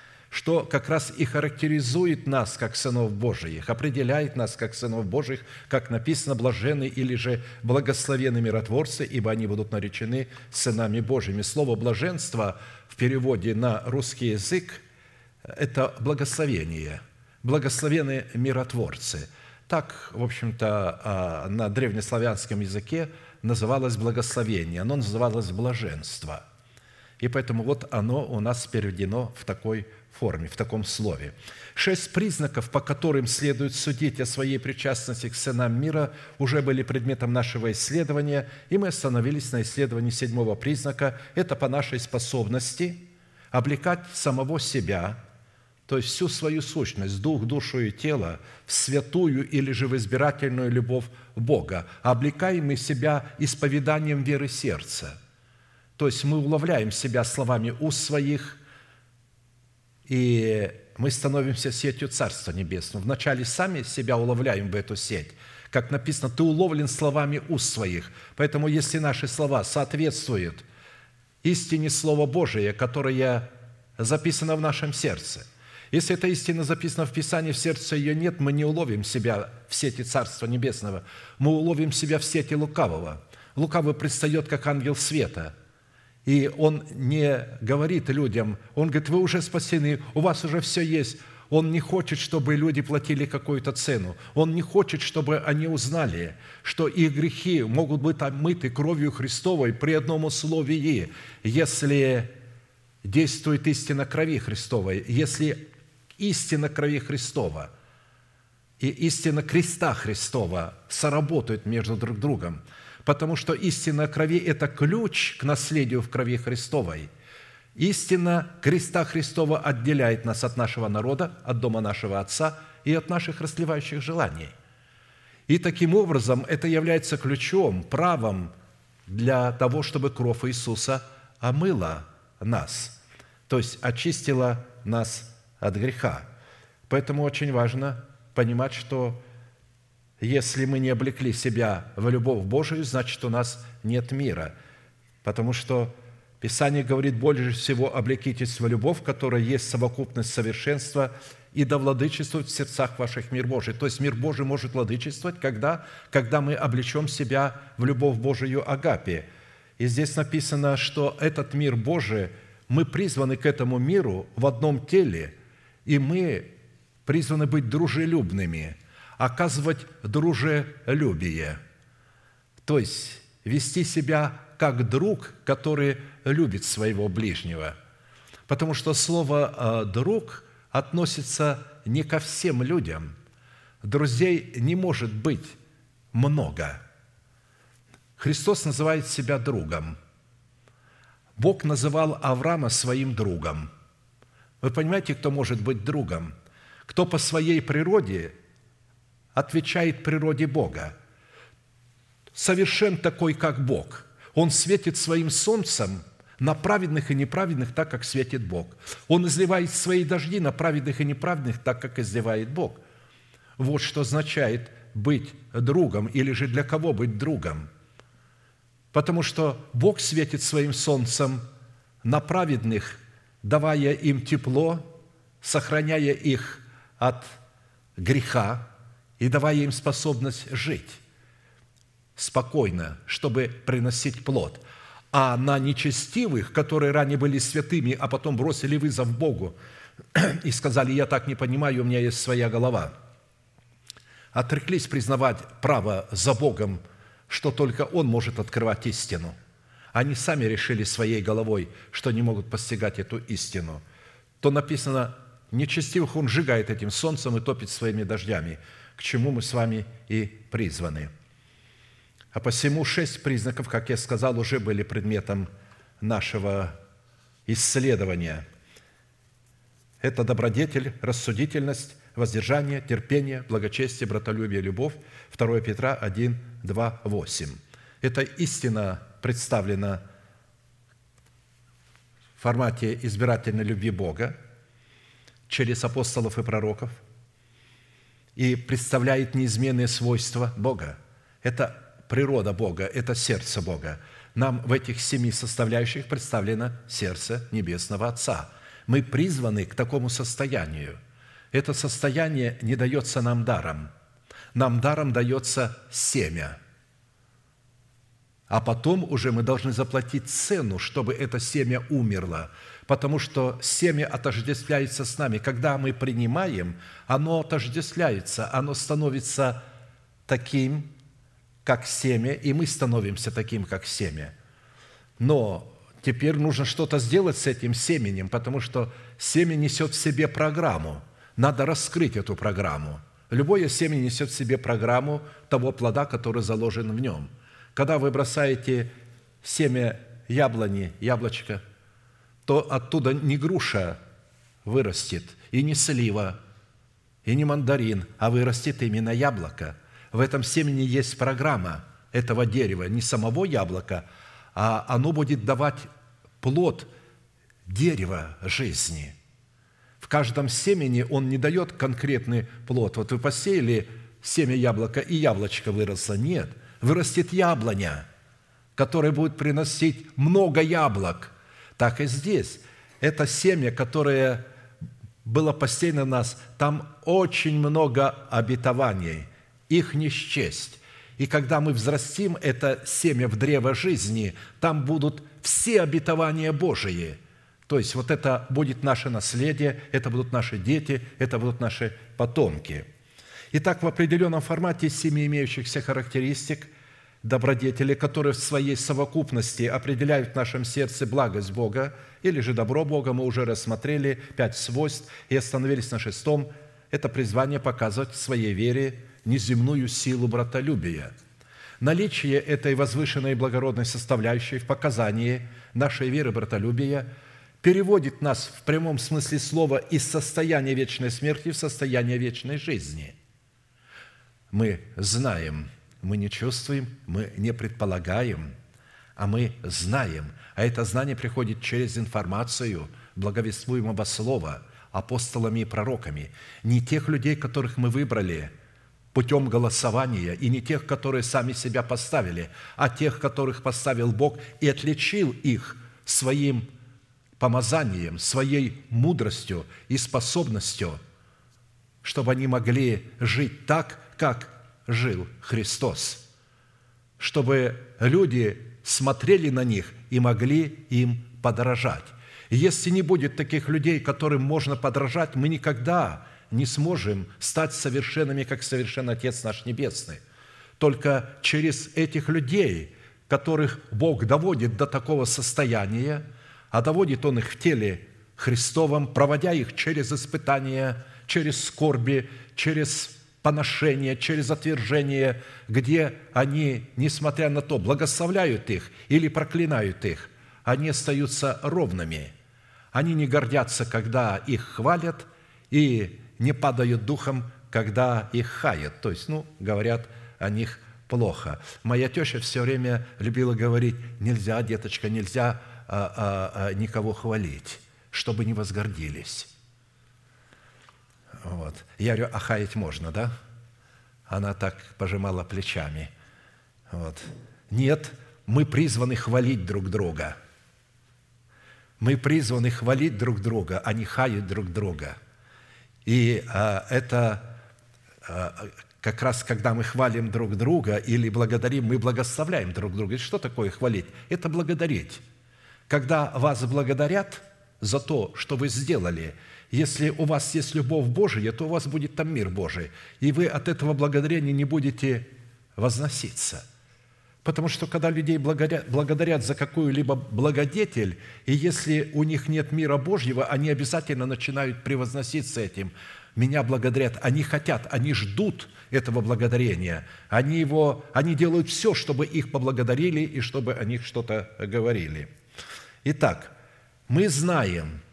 A: что как раз и характеризует нас, как сынов Божиих, определяет нас, как сынов Божиих, как написано, блаженны или же благословенны миротворцы, ибо они будут наречены сынами Божьими. Слово «блаженство» в переводе на русский язык – это благословение, благословенны миротворцы. Так, в общем-то, на древнеславянском языке называлось благословение, оно называлось блаженство. И поэтому вот оно у нас переведено в такой форме, в таком слове. Шесть признаков, по которым следует судить о своей причастности к сынам мира, уже были предметом нашего исследования, и мы остановились на исследовании седьмого признака. Это по нашей способности облекать самого себя, то есть всю свою сущность, дух, душу и тело, в святую или же в избирательную любовь Бога. Облекаем мы себя исповеданием веры сердца. То есть мы уловляем себя словами уст своих, и мы становимся сетью Царства Небесного. Вначале сами себя уловляем в эту сеть. Как написано, ты уловлен словами уст своих. Поэтому если наши слова соответствуют истине Слова Божия, которое записано в нашем сердце, если эта истина записана в Писании, в сердце ее нет, мы не уловим себя в сети Царства Небесного. Мы уловим себя в сети лукавого. Лукавый предстает, как ангел света. И он не говорит людям, он говорит, вы уже спасены, у вас уже все есть. Он не хочет, чтобы люди платили какую-то цену. Он не хочет, чтобы они узнали, что их грехи могут быть омыты кровью Христовой при одном условии, если действует истина крови Христовой, если истина крови Христова и истина креста Христова соработают между друг другом, потому что истина крови – это ключ к наследию в крови Христовой. Истина креста Христова отделяет нас от нашего народа, от дома нашего Отца и от наших растлевающих желаний. И таким образом это является ключом, правом для того, чтобы кровь Иисуса омыла нас, то есть очистила нас от греха. Поэтому очень важно понимать, что если мы не облекли себя в любовь Божию, значит, у нас нет мира, потому что Писание говорит: «Больше всего облекитесь в любовь, которая есть совокупность совершенства, и да владычествует в сердцах ваших мир Божий». То есть мир Божий может владычествовать, когда, когда мы облечем себя в любовь Божию агапе. И здесь написано, что этот мир Божий, мы призваны к этому миру в одном теле, и мы призваны быть дружелюбными, оказывать дружелюбие, то есть вести себя как друг, который любит своего ближнего. Потому что слово «друг» относится не ко всем людям. Друзей не может быть много. Христос называет себя другом. Бог называл Авраама своим другом. Вы понимаете, кто может быть другом? Кто по своей природе отвечает природе Бога. Совершен такой, как Бог. Он светит своим солнцем на праведных и неправедных, так, как светит Бог. Он изливает свои дожди на праведных и неправедных, так, как изливает Бог. Вот что означает быть другом, или же для кого быть другом. Потому что Бог светит своим солнцем на праведных, давая им тепло, сохраняя их от греха и давая им способность жить спокойно, чтобы приносить плод. А на нечестивых, которые ранее были святыми, а потом бросили вызов Богу и сказали: «Я так не понимаю, у меня есть своя голова», отреклись признавать право за Богом, что только Он может открывать истину. Они сами решили своей головой, что не могут постигать эту истину. То написано: нечестивых Он сжигает этим солнцем и топит своими дождями, к чему мы с вами и призваны. А посему шесть признаков, как я сказал, уже были предметом нашего исследования. Это добродетель, рассудительность, воздержание, терпение, благочестие, братолюбие, любовь. второе Петра один, два, восемь. Эта истина представлена в формате избирательной любви Бога через апостолов и пророков и представляет неизменные свойства Бога. Это природа Бога, это сердце Бога. Нам в этих семи составляющих представлено сердце Небесного Отца. Мы призваны к такому состоянию. Это состояние не дается нам даром. Нам даром дается семя. А потом уже мы должны заплатить цену, чтобы это семя умерло, потому что семя отождествляется с нами. Когда мы принимаем, оно отождествляется, оно становится таким, как семя, и мы становимся таким, как семя. Но теперь нужно что-то сделать с этим семенем, потому что семя несет в себе программу. Надо раскрыть эту программу. Любое семя несет в себе программу того плода, который заложен в нем. Когда вы бросаете семя яблони, яблочко, то оттуда не груша вырастет, и не слива, и не мандарин, а вырастет именно яблоко. В этом семени есть программа этого дерева, не самого яблока, а оно будет давать плод дерева жизни. В каждом семени он не дает конкретный плод. Вот вы посеяли семя яблока, и яблочко выросло. Нет, вырастет яблоня, которая будет приносить много яблок. Так и здесь. Это семя, которое было посеяно в нас, там очень много обетований. Их не счесть. И когда мы взрастим это семя в древо жизни, там будут все обетования Божии. То есть вот это будет наше наследие, это будут наши дети, это будут наши потомки. Итак, в определенном формате из семи имеющихся характеристик добродетели, которые в своей совокупности определяют в нашем сердце благость Бога или же добро Бога, мы уже рассмотрели пять свойств и остановились на шестом. Это призвание показывать в своей вере неземную силу братолюбия. Наличие этой возвышенной и благородной составляющей в показании нашей веры братолюбия переводит нас в прямом смысле слова из состояния вечной смерти в состояние вечной жизни. Мы знаем, мы не чувствуем, мы не предполагаем, а мы знаем. А это знание приходит через информацию благовествуемого слова апостолами и пророками. Не тех людей, которых мы выбрали путем голосования, и не тех, которые сами себя поставили, а тех, которых поставил Бог и отличил их своим помазанием, своей мудростью и способностью, чтобы они могли жить так, как жил Христос, чтобы люди смотрели на них и могли им подражать. И если не будет таких людей, которым можно подражать, мы никогда не сможем стать совершенными, как совершен Отец наш Небесный. Только через этих людей, которых Бог доводит до такого состояния, а доводит Он их в теле Христовом, проводя их через испытания, через скорби, через поношение, через отвержение, где они, несмотря на то, благословляют их или проклинают их, они остаются ровными. Они не гордятся, когда их хвалят, и не падают духом, когда их хаят. То есть, ну, говорят о них плохо. Моя теща все время любила говорить: нельзя, деточка, нельзя а, а, а, никого хвалить, чтобы не возгордились. Вот. Я говорю: а хаять можно, да? Она так пожимала плечами. Вот. Нет, мы призваны хвалить друг друга. Мы призваны хвалить друг друга, а не хаять друг друга. И а, это а, как раз, когда мы хвалим друг друга или благодарим, мы благословляем друг друга. И что такое хвалить? Это благодарить. Когда вас благодарят за то, что вы сделали, если у вас есть любовь Божия, то у вас будет там мир Божий, и вы от этого благодарения не будете возноситься. Потому что когда людей благодарят, благодарят за какую-либо благодетель, и если у них нет мира Божьего, они обязательно начинают превозноситься этим. Меня благодарят, они хотят, они ждут этого благодарения. Они, его, они делают все, чтобы их поблагодарили и чтобы о них что-то говорили. Итак, мы знаем,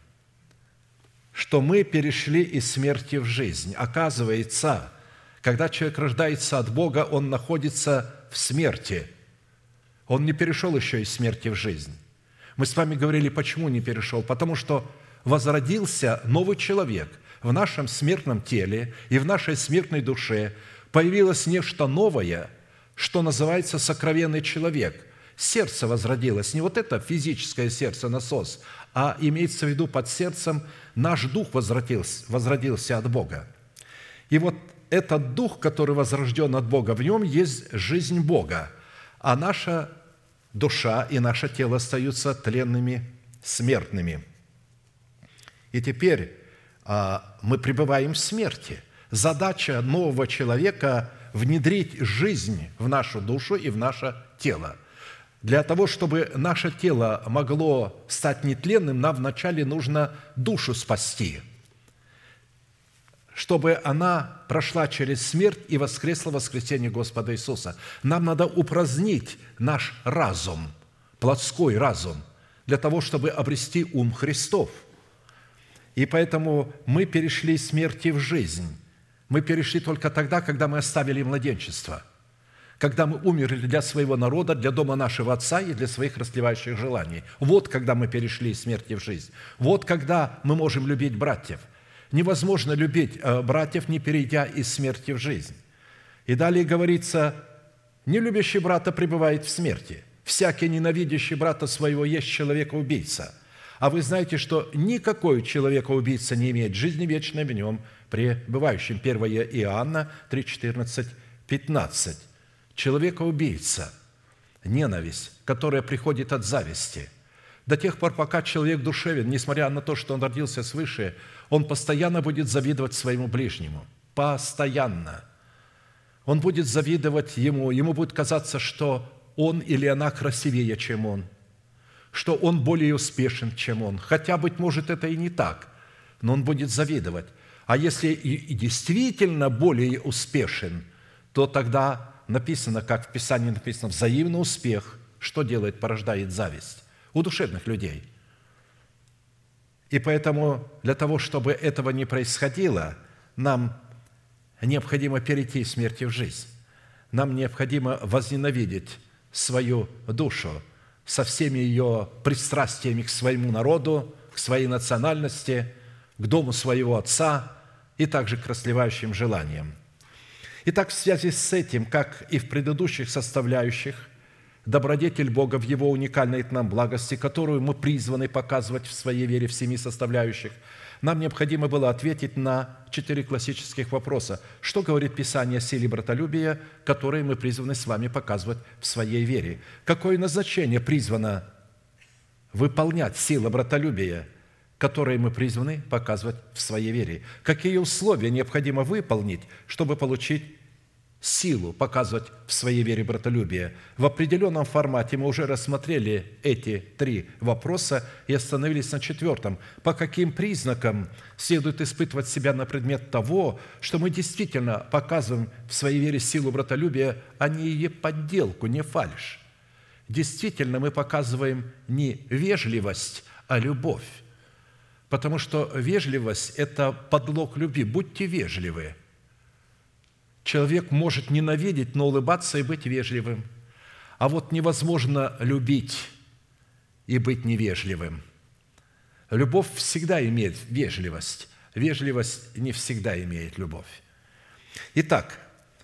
A: что мы перешли из смерти в жизнь. Оказывается, когда человек рождается от Бога, он находится в смерти. Он не перешел еще из смерти в жизнь. Мы с вами говорили, почему не перешел? Потому что возродился новый человек в нашем смертном теле и в нашей смертной душе. Появилось нечто новое, что называется сокровенный человек. Сердце возродилось. Не вот это физическое сердце, насос, а имеется в виду под сердцем наш дух возродился, возродился от Бога. И вот этот дух, который возрожден от Бога, в нем есть жизнь Бога, а наша душа и наше тело остаются тленными, смертными. И теперь а, мы пребываем в смерти. Задача нового человека – внедрить жизнь в нашу душу и в наше тело. Для того, чтобы наше тело могло стать нетленным, нам вначале нужно душу спасти, чтобы она прошла через смерть и воскресла в воскресение Господа Иисуса. Нам надо упразднить наш разум, плотской разум, для того, чтобы обрести ум Христов. И поэтому мы перешли из смерти в жизнь. Мы перешли только тогда, когда мы оставили младенчество, когда мы умерли для своего народа, для дома нашего Отца и для своих растлевающих желаний. Вот когда мы перешли из смерти в жизнь. Вот когда мы можем любить братьев. Невозможно любить братьев, не перейдя из смерти в жизнь. И далее говорится: не любящий брата пребывает в смерти. Всякий ненавидящий брата своего есть человека-убийца. А вы знаете, что никакой человека-убийца не имеет жизни вечной в нем пребывающим. первое Иоанна три, четырнадцать, пятнадцать. Человека-убийца, ненависть, которая приходит от зависти. До тех пор, пока человек душевен, несмотря на то, что он родился свыше, он постоянно будет завидовать своему ближнему. Постоянно. Он будет завидовать ему, ему будет казаться, что он или она красивее, чем он, что он более успешен, чем он. Хотя, быть может, это и не так, но он будет завидовать. А если и действительно более успешен, то тогда написано, как в Писании написано, взаимный успех, что делает? Порождает зависть у душевных людей. И поэтому для того, чтобы этого не происходило, нам необходимо перейти из смерти в жизнь. Нам необходимо возненавидеть свою душу со всеми ее пристрастиями к своему народу, к своей национальности, к дому своего отца и также к расливающим желаниям. Итак, в связи с этим, как и в предыдущих составляющих, добродетель Бога в Его уникальной к нам благости, которую мы призваны показывать в своей вере в семи составляющих, нам необходимо было ответить на четыре классических вопроса. Что говорит Писание о силе братолюбия, которые мы призваны с вами показывать в своей вере? Какое назначение призвано выполнять сила братолюбия, которые мы призваны показывать в своей вере? Какие условия необходимо выполнить, чтобы получить силу показывать в своей вере братолюбие? В определенном формате мы уже рассмотрели эти три вопроса и остановились на четвертом. По каким признакам следует испытывать себя на предмет того, что мы действительно показываем в своей вере силу братолюбия, а не ее подделку, не фальшь? Действительно, мы показываем не вежливость, а любовь. Потому что вежливость – это подлог любви. Будьте вежливы. Человек может ненавидеть, но улыбаться и быть вежливым. А вот невозможно любить и быть невежливым. Любовь всегда имеет вежливость. Вежливость не всегда имеет любовь. Итак,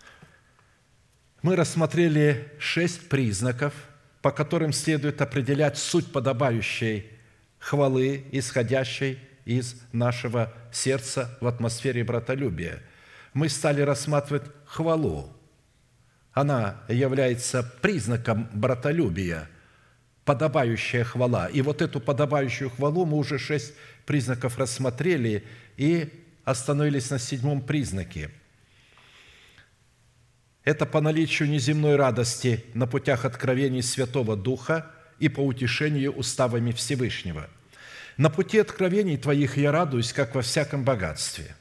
A: мы рассмотрели шесть признаков, по которым следует определять суть подобающей хвалы, исходящей из нашего сердца в атмосфере братолюбия. Мы стали рассматривать хвалу. Она является признаком братолюбия, подобающая хвала. И вот эту подобающую хвалу мы уже шесть признаков рассмотрели и остановились на седьмом признаке. Это по наличию неземной радости на путях откровений Святого Духа и по утешению уставами Всевышнего. На пути откровений Твоих я радуюсь, как во всяком богатстве.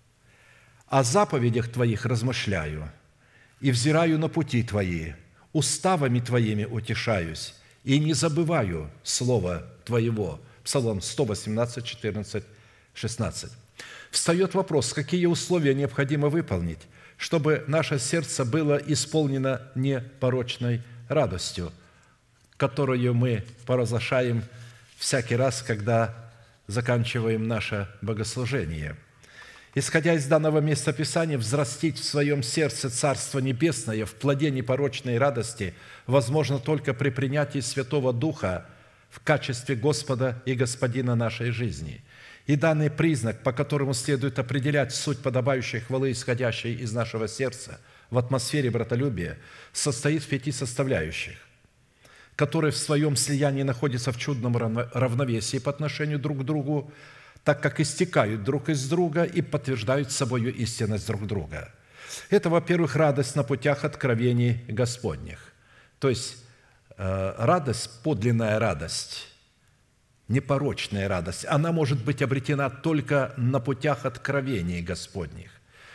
A: О заповедях Твоих размышляю и взираю на пути Твои, уставами Твоими утешаюсь и не забываю слова Твоего». Псалом сто восемнадцать, четырнадцать, шестнадцать. Встает вопрос, какие условия необходимо выполнить, чтобы наше сердце было исполнено непорочной радостью, которую мы провозглашаем всякий раз, когда заканчиваем наше богослужение. Исходя из данного места Писания, взрастить в своем сердце Царство Небесное в плоде непорочной радости возможно только при принятии Святого Духа в качестве Господа и Господина нашей жизни. И данный признак, по которому следует определять суть подобающей хвалы, исходящей из нашего сердца в атмосфере братолюбия, состоит в пяти составляющих, которые в своем слиянии находятся в чудном равновесии по отношению друг к другу, так как истекают друг из друга и подтверждают собою истинность друг друга. Это, во-первых, радость на путях откровений Господних. То есть радость, подлинная радость, непорочная радость, она может быть обретена только на путях откровений Господних,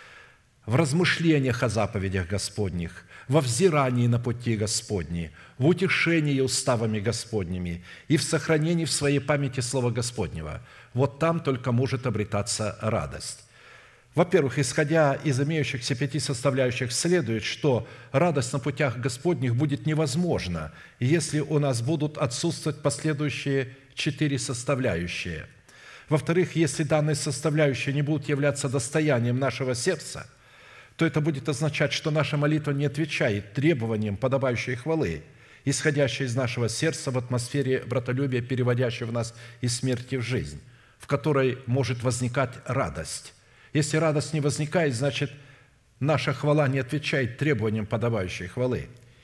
A: в размышлениях о заповедях Господних, во взирании на пути Господни, в утешении уставами Господними и в сохранении в своей памяти Слова Господнего. Вот там только может обретаться радость. Во-первых, исходя из имеющихся пяти составляющих, следует, что радость на путях Господних будет невозможна, если у нас будут отсутствовать последующие четыре составляющие. Во-вторых, если данные составляющие не будут являться достоянием нашего сердца, то это будет означать, что наша молитва не отвечает требованиям подобающей хвалы, исходящей из нашего сердца в атмосфере братолюбия, переводящего нас из смерти в жизнь, в которой может возникать радость. Если радость не возникает, значит, наша хвала не отвечает требованиям подобающей хвалы.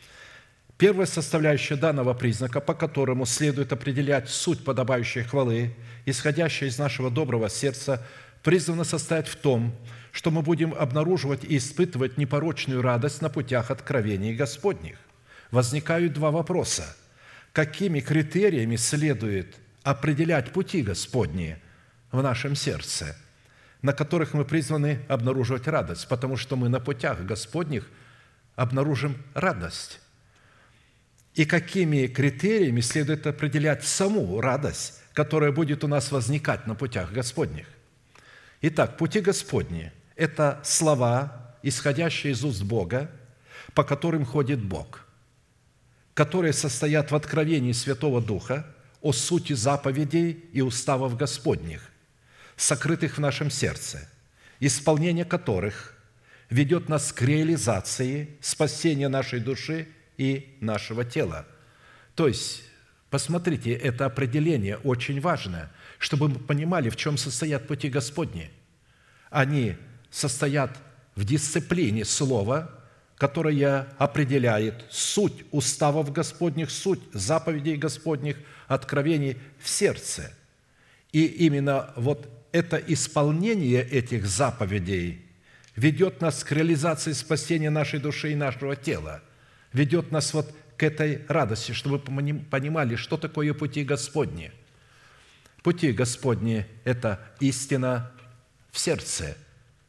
A: Первая составляющая данного признака, по которому следует определять суть подобающей хвалы, исходящей из нашего доброго сердца, призвана состоять в том, что мы будем обнаруживать и испытывать непорочную радость на путях откровений Господних. Возникают два вопроса. Какими критериями следует определять пути Господни в нашем сердце, на которых мы призваны обнаруживать радость, потому что мы на путях Господних обнаружим радость. И какими критериями следует определять саму радость, которая будет у нас возникать на путях Господних. Итак, пути Господни – это слова, исходящие из уст Бога, по которым ходит Бог, которые состоят в откровении Святого Духа о сути заповедей и уставов Господних, сокрытых в нашем сердце, исполнение которых ведет нас к реализации спасения нашей души и нашего тела. То есть, посмотрите, это определение очень важное, чтобы мы понимали, в чем состоят пути Господни. Они состоят в дисциплине Слова, которое определяет суть уставов Господних, суть заповедей Господних, откровений в сердце. И именно вот это исполнение этих заповедей ведет нас к реализации спасения нашей души и нашего тела, ведет нас вот к этой радости, чтобы мы понимали, что такое пути Господни. Пути Господни – это истина в сердце,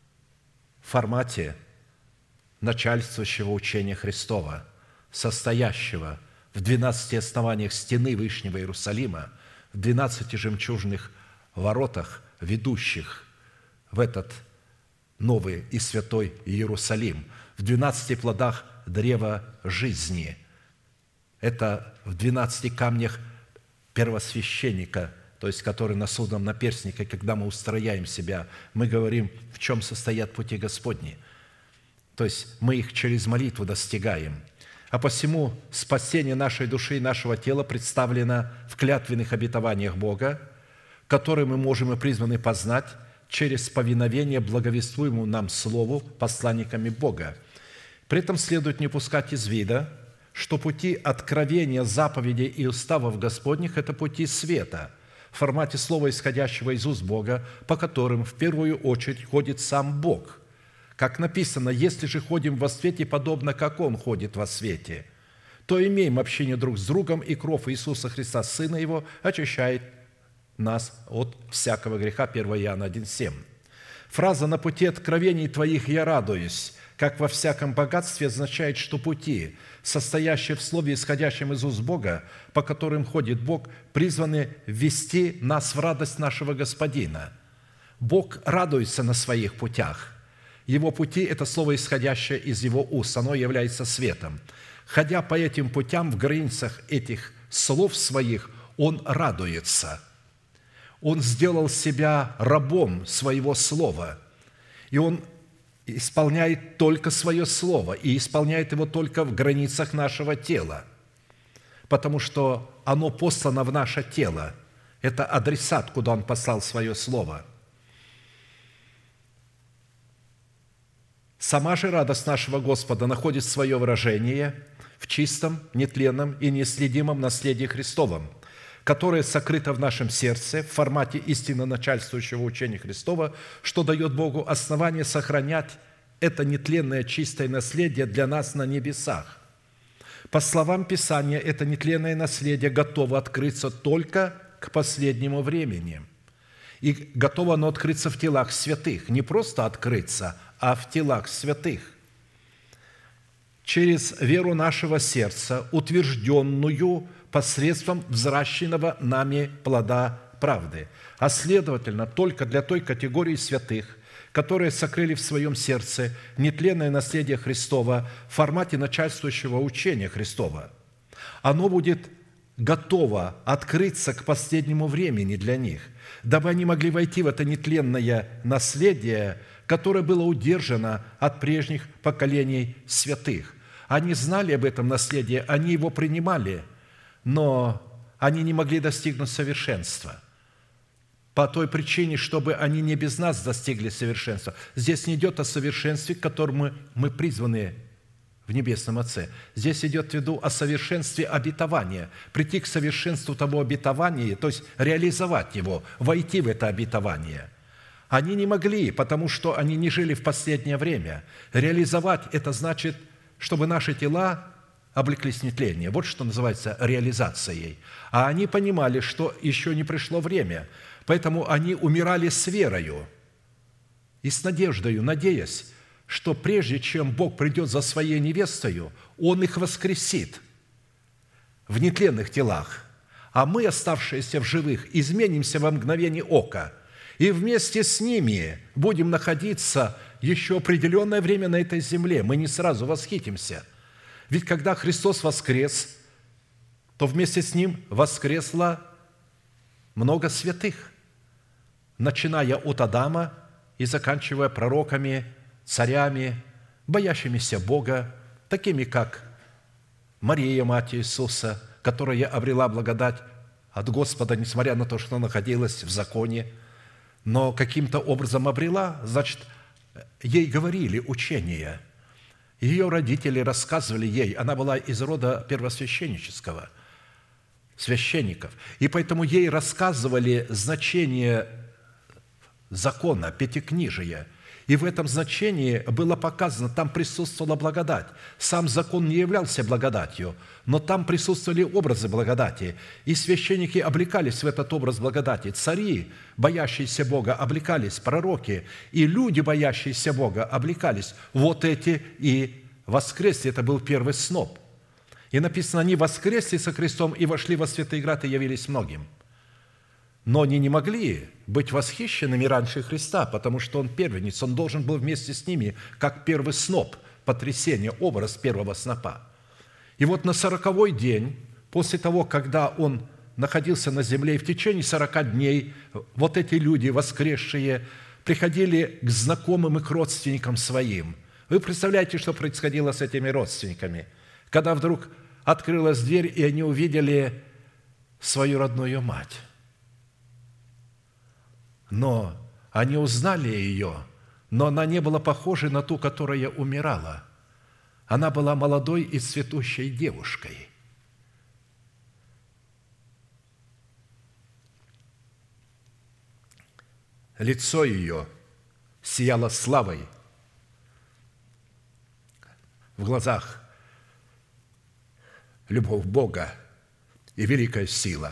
A: в формате начальствующего учения Христова, состоящего в двенадцати основаниях стены Вышнего Иерусалима, в двенадцати жемчужных воротах, ведущих в этот новый и святой Иерусалим, в двенадцати плодах древа жизни. Это в двенадцати камнях первосвященника, то есть который на судном наперстнике, когда мы устрояем себя, мы говорим, в чем состоят пути Господни. То есть мы их через молитву достигаем. А посему спасение нашей души и нашего тела представлено в клятвенных обетованиях Бога, которые мы можем и призваны познать через повиновение благовествуемому нам Слову посланниками Бога. При этом следует не пускать из вида, что пути откровения заповедей и уставов Господних – это пути света в формате слова, исходящего из уст Бога, по которым в первую очередь ходит сам Бог. Как написано, «Если же ходим во свете, подобно как Он ходит во свете, то имеем общение друг с другом, и кровь Иисуса Христа, Сына Его, очищает нас от всякого греха». первое Иоанна один семь. Фраза «на пути откровений Твоих я радуюсь», как во всяком богатстве, означает, что пути, состоящие в слове, исходящем из уст Бога, по которым ходит Бог, призваны ввести нас в радость нашего Господина. Бог радуется на своих путях. Его пути – это слово, исходящее из Его уст, оно является светом. Ходя по этим путям, в границах этих слов своих, Он радуется. Он сделал себя рабом своего слова, и Он исполняет только свое слово, и исполняет его только в границах нашего тела, потому что оно послано в наше тело. Это адресат, куда Он послал свое слово. Сама же радость нашего Господа находит свое выражение в чистом, нетленном и неследимом наследии Христовом, которое сокрыто в нашем сердце в формате истинно начальствующего учения Христова, что дает Богу основание сохранять это нетленное чистое наследие для нас на небесах. По словам Писания, это нетленное наследие готово открыться только к последнему времени. И готово оно открыться в телах святых. Не просто открыться, а в телах святых. Через веру нашего сердца, утвержденную посредством взращенного нами плода правды, а следовательно, только для той категории святых, которые сокрыли в своем сердце нетленное наследие Христова в формате начальствующего учения Христова. Оно будет готово открыться к последнему времени для них, дабы они могли войти в это нетленное наследие, которое было удержано от прежних поколений святых. Они знали об этом наследии, они его принимали, но они не могли достигнуть совершенства по той причине, чтобы они не без нас достигли совершенства. Здесь не идет о совершенстве, к которому мы призваны в Небесном Отце. Здесь идет в виду о совершенстве обетования, прийти к совершенству того обетования, то есть реализовать его, войти в это обетование. Они не могли, потому что они не жили в последнее время. Реализовать – это значит, чтобы наши тела облеклись в нетление. Вот что называется реализацией. А они понимали, что еще не пришло время, поэтому они умирали с верою и с надеждою, надеясь, что прежде чем Бог придет за своей невестою, Он их воскресит в нетленных телах, а мы, оставшиеся в живых, изменимся во мгновение ока, и вместе с ними будем находиться еще определенное время на этой земле. Мы не сразу восхитимся. Ведь когда Христос воскрес, то вместе с Ним воскресло много святых, начиная от Адама и заканчивая пророками, царями, боящимися Бога, такими как Мария, мать Иисуса, которая обрела благодать от Господа, несмотря на то, что находилась в законе, но каким-то образом обрела, значит, ей говорили учения. Ее родители рассказывали ей, она была из рода первосвященнического, священников, и поэтому ей рассказывали значение закона, пятикнижия. И в этом значении было показано, там присутствовала благодать. Сам закон не являлся благодатью, но там присутствовали образы благодати. И священники облекались в этот образ благодати. Цари, боящиеся Бога, облекались, пророки, и люди, боящиеся Бога, облекались. Вот эти и воскресли. Это был первый сноп. И написано, они воскресли со Христом и вошли во святые град и явились многим. Но они не могли быть восхищенными раньше Христа, потому что Он первенец, Он должен был вместе с ними, как первый сноп, потрясение, образ первого снопа. И вот на сороковой день, после того, когда Он находился на земле, и в течение сорока дней вот эти люди, воскресшие, приходили к знакомым и к родственникам своим. Вы представляете, что происходило с этими родственниками? Когда вдруг открылась дверь, и они увидели свою родную мать. Но они узнали ее, но она не была похожей на ту, которая умирала. Она была молодой и цветущей девушкой. Лицо ее сияло славой. В глазах любовь Бога и великая сила.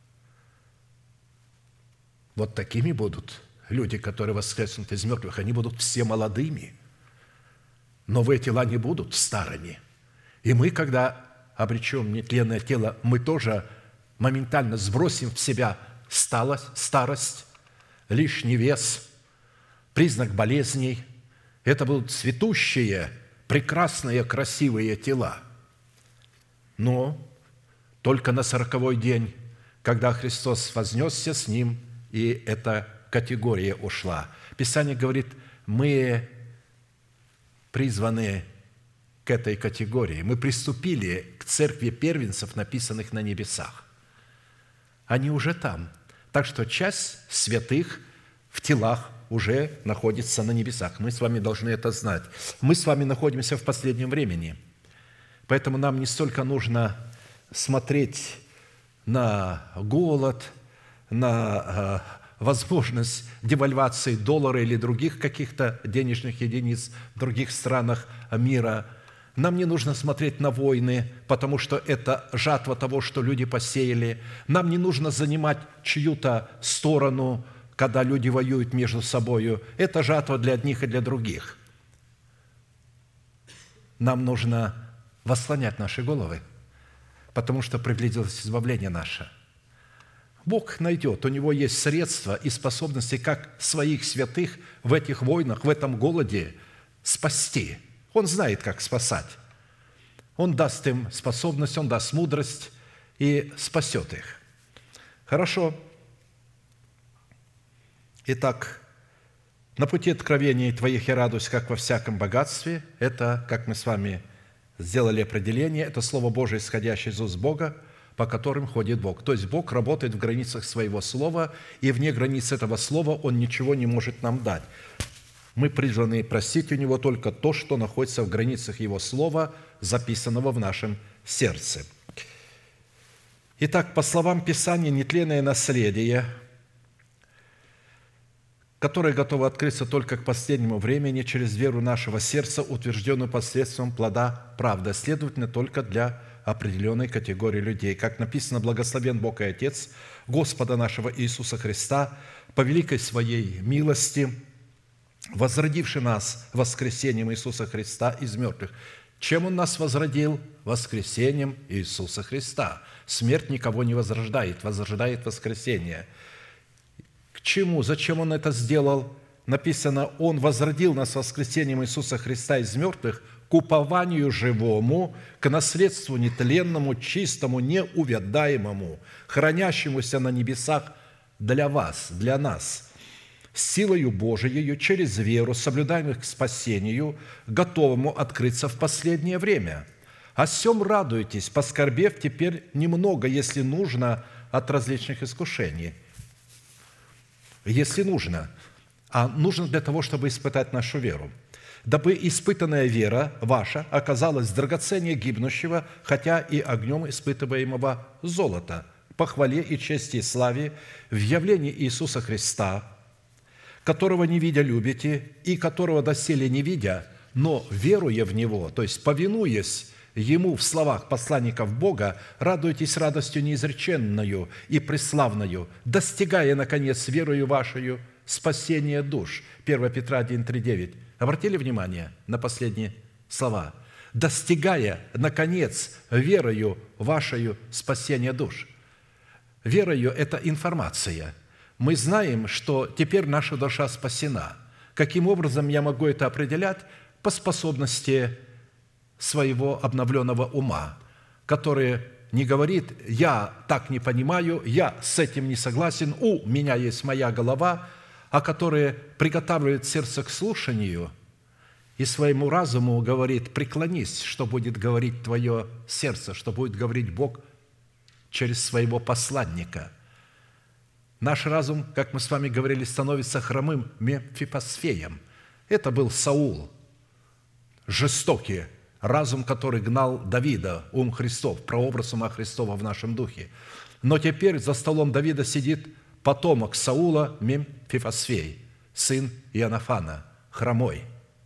A: Вот такими будут люди, которые воскреснут из мертвых. Они будут все молодыми, новые тела не будут старыми. И мы, когда обречем нетленное тело, мы тоже моментально сбросим в себя сталость, старость, лишний вес, признак болезней. Это будут цветущие, прекрасные, красивые тела. Но только на сороковой день, когда Христос вознесся с Ним, и эта категория ушла. Писание говорит, мы призваны к этой категории. Мы приступили к церкви первенцев, написанных на небесах. Они уже там. Так что часть святых в телах уже находится на небесах. Мы с вами должны это знать. Мы с вами находимся в последнем времени. Поэтому нам не столько нужно смотреть на голод, на возможность девальвации доллара или других каких-то денежных единиц в других странах мира. Нам не нужно смотреть на войны, потому что это жатва того, что люди посеяли. Нам не нужно занимать чью-то сторону, когда люди воюют между собой. Это жатва для одних и для других. Нам нужно восслонять наши головы, потому что приблизилось избавление наше. Бог найдет, у Него есть средства и способности, как своих святых в этих войнах, в этом голоде спасти. Он знает, как спасать. Он даст им способность, Он даст мудрость и спасет их. Хорошо. Итак, на пути откровений Твоих я радуюсь, как во всяком богатстве. Это, как мы с вами сделали определение, это Слово Божие, исходящее из уст Бога, по которым ходит Бог. То есть Бог работает в границах Своего Слова, и вне границ этого Слова Он ничего не может нам дать. Мы призваны просить у Него только то, что находится в границах Его Слова, записанного в нашем сердце. Итак, по словам Писания, нетленное наследие, которая готова открыться только к последнему времени через веру нашего сердца, утвержденную посредством плода правды, следовательно, только для определенной категории людей. Как написано: «Благословен Бог и Отец Господа нашего Иисуса Христа, по великой Своей милости, возродивший нас воскресением Иисуса Христа из мертвых». Чем Он нас возродил? Воскресением Иисуса Христа. Смерть никого не возрождает, возрождает воскресение. К чему? Зачем Он это сделал? Написано: «Он возродил нас воскресением Иисуса Христа из мертвых к упованию живому, к наследству нетленному, чистому, неувядаемому, хранящемуся на небесах для вас, для нас, силою Божией, через веру, соблюдаемых к спасению, готовому открыться в последнее время. О сем радуйтесь, поскорбев теперь немного, если нужно, от различных искушений». Если нужно. А нужно для того, чтобы испытать нашу веру. «Дабы испытанная вера ваша оказалась драгоценнее гибнущего, хотя и огнем испытываемого золота, по хвале и чести и славе в явлении Иисуса Христа, которого не видя любите, и которого доселе не видя, но веруя в Него», то есть повинуясь Ему в словах посланников Бога, «радуйтесь радостью неизреченною и преславною, достигая, наконец, верою вашею спасения душ». первое Петра один, три, девять. Обратили внимание на последние слова? «Достигая, наконец, верою вашею спасения душ». Верою – это информация. Мы знаем, что теперь наша душа спасена. Каким образом я могу это определять? По способности своего обновленного ума, который не говорит: «я так не понимаю, я с этим не согласен, у меня есть моя голова», а который приготавливает сердце к слушанию и своему разуму говорит: «преклонись, что будет говорить твое сердце, что будет говорить Бог через своего посланника». Наш разум, как мы с вами говорили, становится хромым Мефибосфеем. Это был Саул, жестокий разум, который гнал Давида, ум Христов, прообраз ума Христова в нашем духе. Но теперь за столом Давида сидит потомок Саула Мефибосфей, сын Иоаннафана, хромой.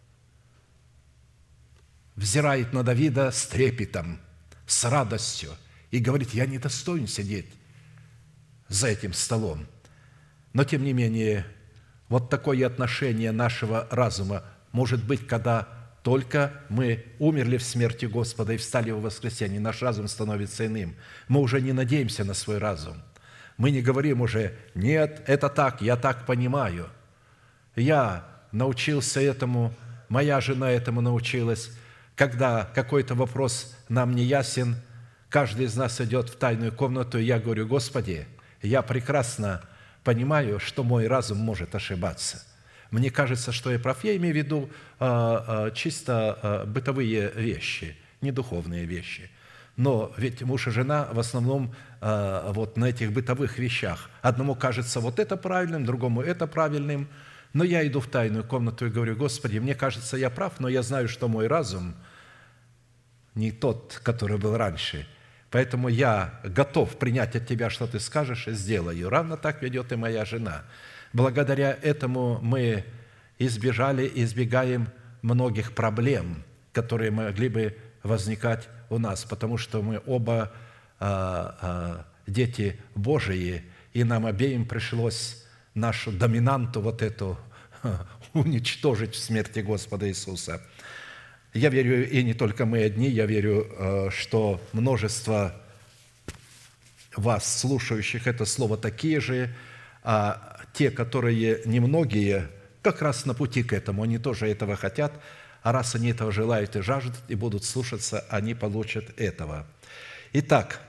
A: Взирает на Давида с трепетом, с радостью и говорит: «Я не достоин сидеть за этим столом». Но, тем не менее, вот такое отношение нашего разума может быть, когда только мы умерли в смерти Господа и встали в воскресенье, наш разум становится иным. Мы уже не надеемся на свой разум. Мы не говорим уже: «Нет, это так, я так понимаю. Я научился этому, моя жена этому научилась». Когда какой-то вопрос нам не ясен, каждый из нас идет в тайную комнату, и я говорю: «Господи, я прекрасно понимаю, что мой разум может ошибаться. Мне кажется, что я прав». Я имею в виду а, а, чисто а, бытовые вещи, не духовные вещи. Но ведь муж и жена в основном а, вот на этих бытовых вещах. Одному кажется вот это правильным, другому это правильным. Но я иду в тайную комнату и говорю: «Господи, мне кажется, я прав, но я знаю, что мой разум не тот, который был раньше. Поэтому я готов принять от Тебя, что Ты скажешь, и сделаю». Равно так ведет и моя жена. Благодаря этому мы избежали и избегаем многих проблем, которые могли бы возникать у нас, потому что мы оба а, а, дети Божии, и нам обеим пришлось нашу доминанту вот эту уничтожить в смерти Господа Иисуса. Я верю, и не только мы одни, я верю, что множество вас, слушающих это слово, такие же, а те, которые немногие, как раз на пути к этому, они тоже этого хотят, а раз они этого желают и жаждут, и будут слушаться, они получат этого. Итак,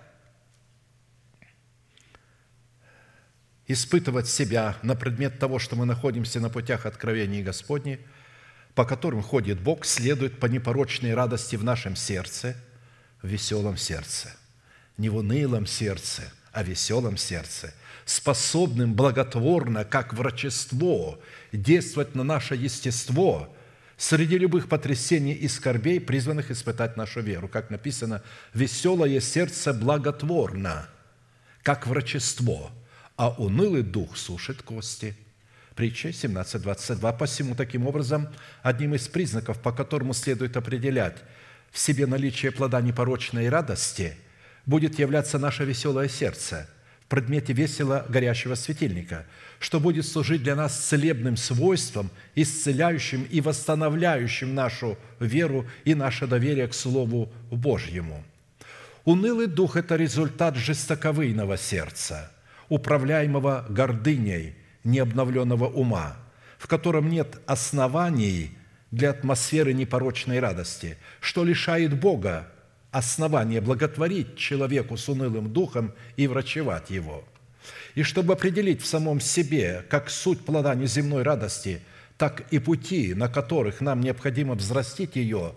A: испытывать себя на предмет того, что мы находимся на путях откровений Господней, по которым ходит Бог, следует по непорочной радости в нашем сердце, в веселом сердце. Не в унылом сердце, а в веселом сердце, способным благотворно, как врачество, действовать на наше естество среди любых потрясений и скорбей, призванных испытать нашу веру. Как написано: «Веселое сердце благотворно, как врачество, а унылый дух сушит кости». Притча семнадцать двадцать два. «Посему, таким образом, одним из признаков, по которому следует определять в себе наличие плода непорочной радости, будет являться наше веселое сердце в предмете весело горящего светильника, что будет служить для нас целебным свойством, исцеляющим и восстановляющим нашу веру и наше доверие к Слову Божьему». Унылый дух – это результат жестоковыйного сердца, управляемого гордыней необновленного ума, в котором нет оснований для атмосферы непорочной радости, что лишает Бога основания благотворить человеку с унылым духом и врачевать его. И чтобы определить в самом себе как суть плода неземной радости, так и пути, на которых нам необходимо взрастить ее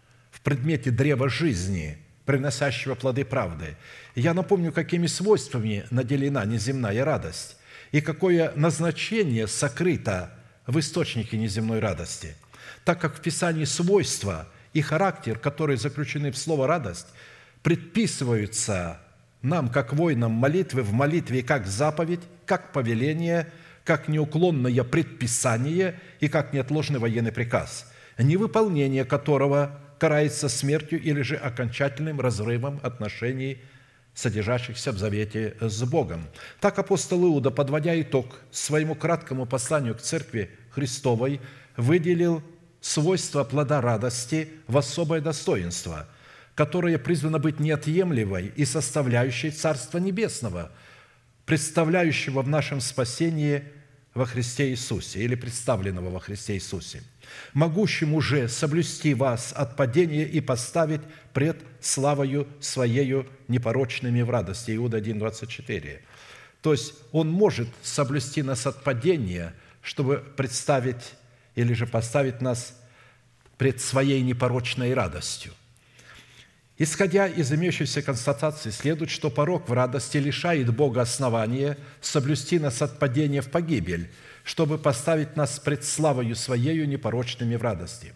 A: в предмете древа жизни, приносящего плоды правды, я напомню, какими свойствами наделена неземная радость и какое назначение сокрыто в источнике неземной радости, так как в Писании свойства и характер, которые заключены в слово «радость», предписываются нам, как воинам молитвы, в молитве как заповедь, как повеление, как неуклонное предписание и как неотложный военный приказ, невыполнение которого карается смертью или же окончательным разрывом отношений, содержащихся в завете с Богом. Так апостол Иуда, подводя итог своему краткому посланию к Церкви Христовой, выделил свойства плода радости в особое достоинство, которое призвано быть неотъемлемой и составляющей Царства Небесного, представляющего в нашем спасении во Христе Иисусе или представленного во Христе Иисусе, могущим уже соблюсти вас от падения и поставить пред славою Своею непорочными в радости». Иуда один двадцать четыре. То есть Он может соблюсти нас от падения, чтобы представить или же поставить нас пред Своей непорочной радостью. Исходя из имеющейся констатации, следует, что порок в радости лишает Бога основания соблюсти нас от падения в погибель, чтобы поставить нас пред славою Своею непорочными в радости.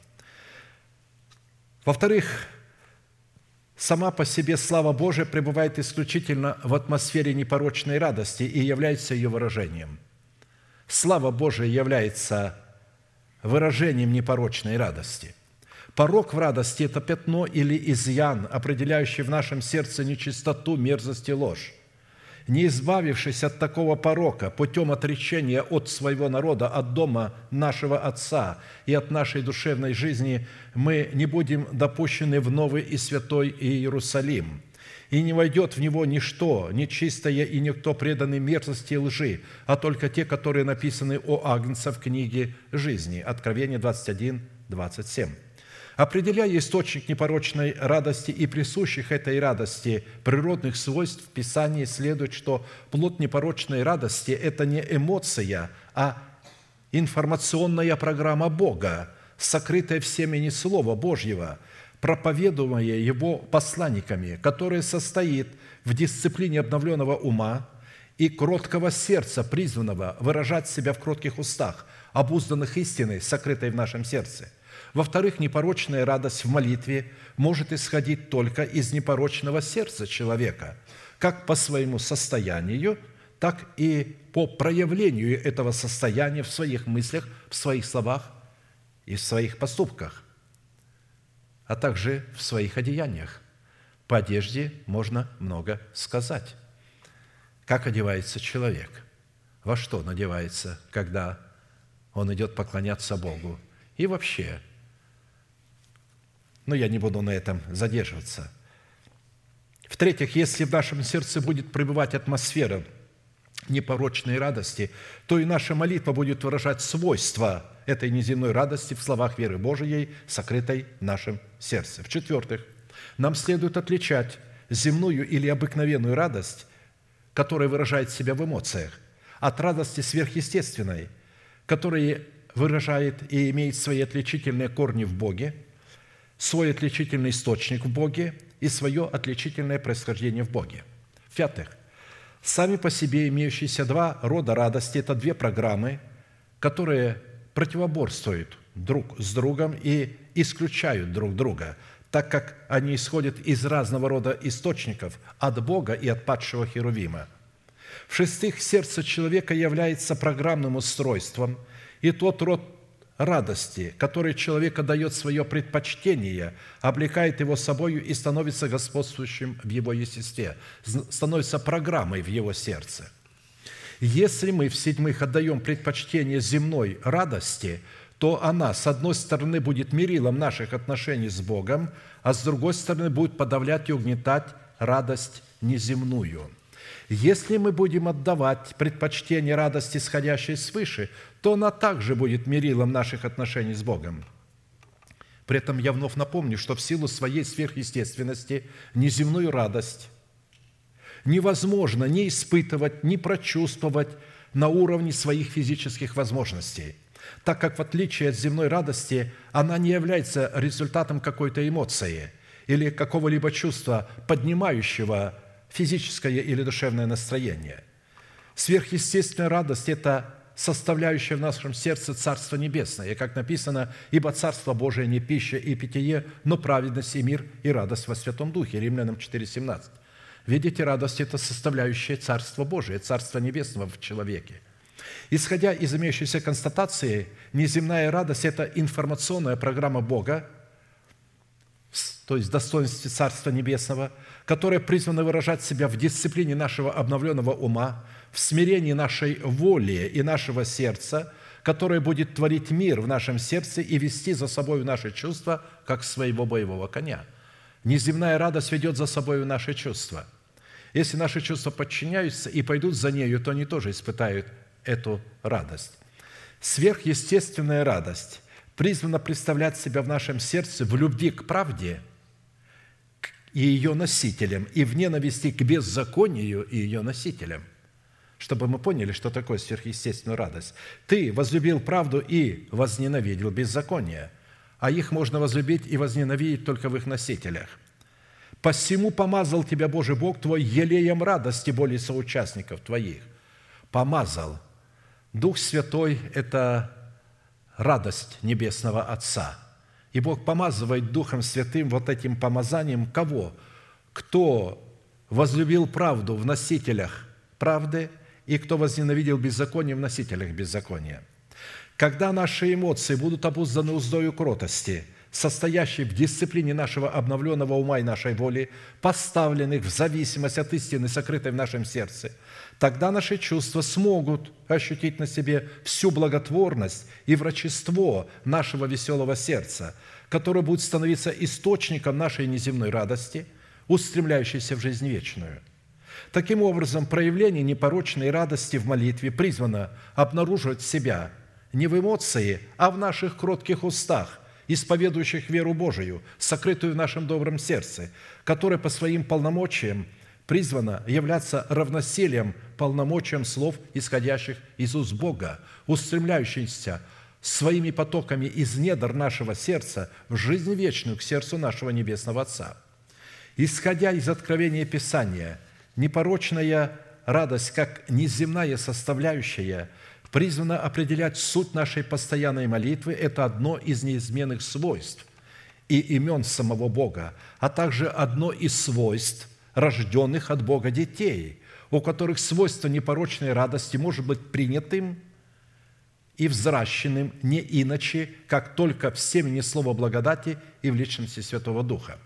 A: Во-вторых, сама по себе слава Божия пребывает исключительно в атмосфере непорочной радости и является ее выражением. Слава Божия является выражением непорочной радости. Порок в радости – это пятно или изъян, определяющий в нашем сердце нечистоту, мерзость и ложь. Не избавившись от такого порока путем отречения от своего народа, от дома нашего Отца и от нашей душевной жизни, мы не будем допущены в новый и святой Иерусалим, и не войдет в него ничто, нечистое и никто преданный мерзости и лжи, а только те, которые написаны о Агнце в книге жизни». Откровение двадцать один двадцать семь. Определяя источник непорочной радости и присущих этой радости природных свойств в Писании, следует, что плод непорочной радости – это не эмоция, а информационная программа Бога, сокрытая в семени Слова Божьего, проповедуемая Его посланниками, которая состоит в дисциплине обновленного ума и кроткого сердца, призванного выражать себя в кротких устах, обузданных истиной, сокрытой в нашем сердце. Во-вторых, непорочная радость в молитве может исходить только из непорочного сердца человека, как по своему состоянию, так и по проявлению этого состояния в своих мыслях, в своих словах и в своих поступках, а также в своих одеяниях. По одежде можно много сказать. Как одевается человек? Во что он одевается, когда он идет поклоняться Богу? И вообще, но я не буду на этом задерживаться. В-третьих, если в нашем сердце будет пребывать атмосфера непорочной радости, то и наша молитва будет выражать свойства этой неземной радости в словах веры Божией, сокрытой в нашем сердце. В-четвертых, нам следует отличать земную или обыкновенную радость, которая выражает себя в эмоциях, от радости сверхъестественной, которая выражает и имеет свои отличительные корни в Боге, свой отличительный источник в Боге и свое отличительное происхождение в Боге. В-пятых, сами по себе имеющиеся два рода радости – это две программы, которые противоборствуют друг с другом и исключают друг друга, так как они исходят из разного рода источников, от Бога и от падшего Херувима. В-шестых, сердце человека является программным устройством, и тот род радости, который человека дает свое предпочтение, облекает его собою и становится господствующим в его естестве, становится программой в его сердце. Если мы, в-седьмых, отдаем предпочтение земной радости, то она, с одной стороны, будет мерилом наших отношений с Богом, а с другой стороны, будет подавлять и угнетать радость неземную. Если мы будем отдавать предпочтение радости, исходящей свыше, то она также будет мерилом наших отношений с Богом. При этом я вновь напомню, что в силу своей сверхъестественности неземную радость невозможно ни испытывать, ни прочувствовать на уровне своих физических возможностей, так как в отличие от земной радости она не является результатом какой-то эмоции или какого-либо чувства, поднимающего физическое или душевное настроение. Сверхъестественная радость – это составляющая в нашем сердце Царство Небесное. И как написано, «Ибо Царство Божие не пища и питье, но праведность и мир и радость во Святом Духе». Римлянам четыре семнадцать. Видите, радость – это составляющая Царства Божие, Царства Небесного в человеке. Исходя из имеющейся констатации, неземная радость – это информационная программа Бога, то есть в достоинстве Царства Небесного, которая призвана выражать себя в дисциплине нашего обновленного ума, в смирении нашей воли и нашего сердца, которое будет творить мир в нашем сердце и вести за собой наши чувства, как своего боевого коня. Неземная радость ведет за собой наши чувства. Если наши чувства подчиняются и пойдут за нею, то они тоже испытают эту радость. Сверхъестественная радость призвана представлять себя в нашем сердце в любви к правде и ее носителям, и в ненависти к беззаконию и ее носителям. Чтобы мы поняли, что такое сверхъестественная радость. Ты возлюбил правду и возненавидел беззаконие, а их можно возлюбить и возненавидеть только в их носителях. «Посему помазал тебя Божий Бог твой елеем радости более соучастников твоих». Помазал. Дух Святой – это радость Небесного Отца. И Бог помазывает Духом Святым вот этим помазанием кого? Кто возлюбил правду в носителях правды и кто возненавидел беззаконие в носителях беззакония. Когда наши эмоции будут обузданы уздою кротости, состоящей в дисциплине нашего обновленного ума и нашей воли, поставленных в зависимость от истины, сокрытой в нашем сердце, тогда наши чувства смогут ощутить на себе всю благотворность и врачество нашего веселого сердца, которое будет становиться источником нашей неземной радости, устремляющейся в жизнь вечную. Таким образом, проявление непорочной радости в молитве призвано обнаруживать себя не в эмоции, а в наших кротких устах, исповедующих веру Божию, сокрытую в нашем добром сердце, которое по своим полномочиям призвано являться равносилием полномочиям слов, исходящих из уст Бога, устремляющихся своими потоками из недр нашего сердца в жизнь вечную к сердцу нашего Небесного Отца. Исходя из откровения Писания, непорочная радость, как неземная составляющая, призвана определять суть нашей постоянной молитвы. Это одно из неизменных свойств и имен самого Бога, а также одно из свойств рожденных от Бога детей, у которых свойство непорочной радости может быть принятым и взращенным не иначе, как только в семени слова благодати и в личности Святого Духа.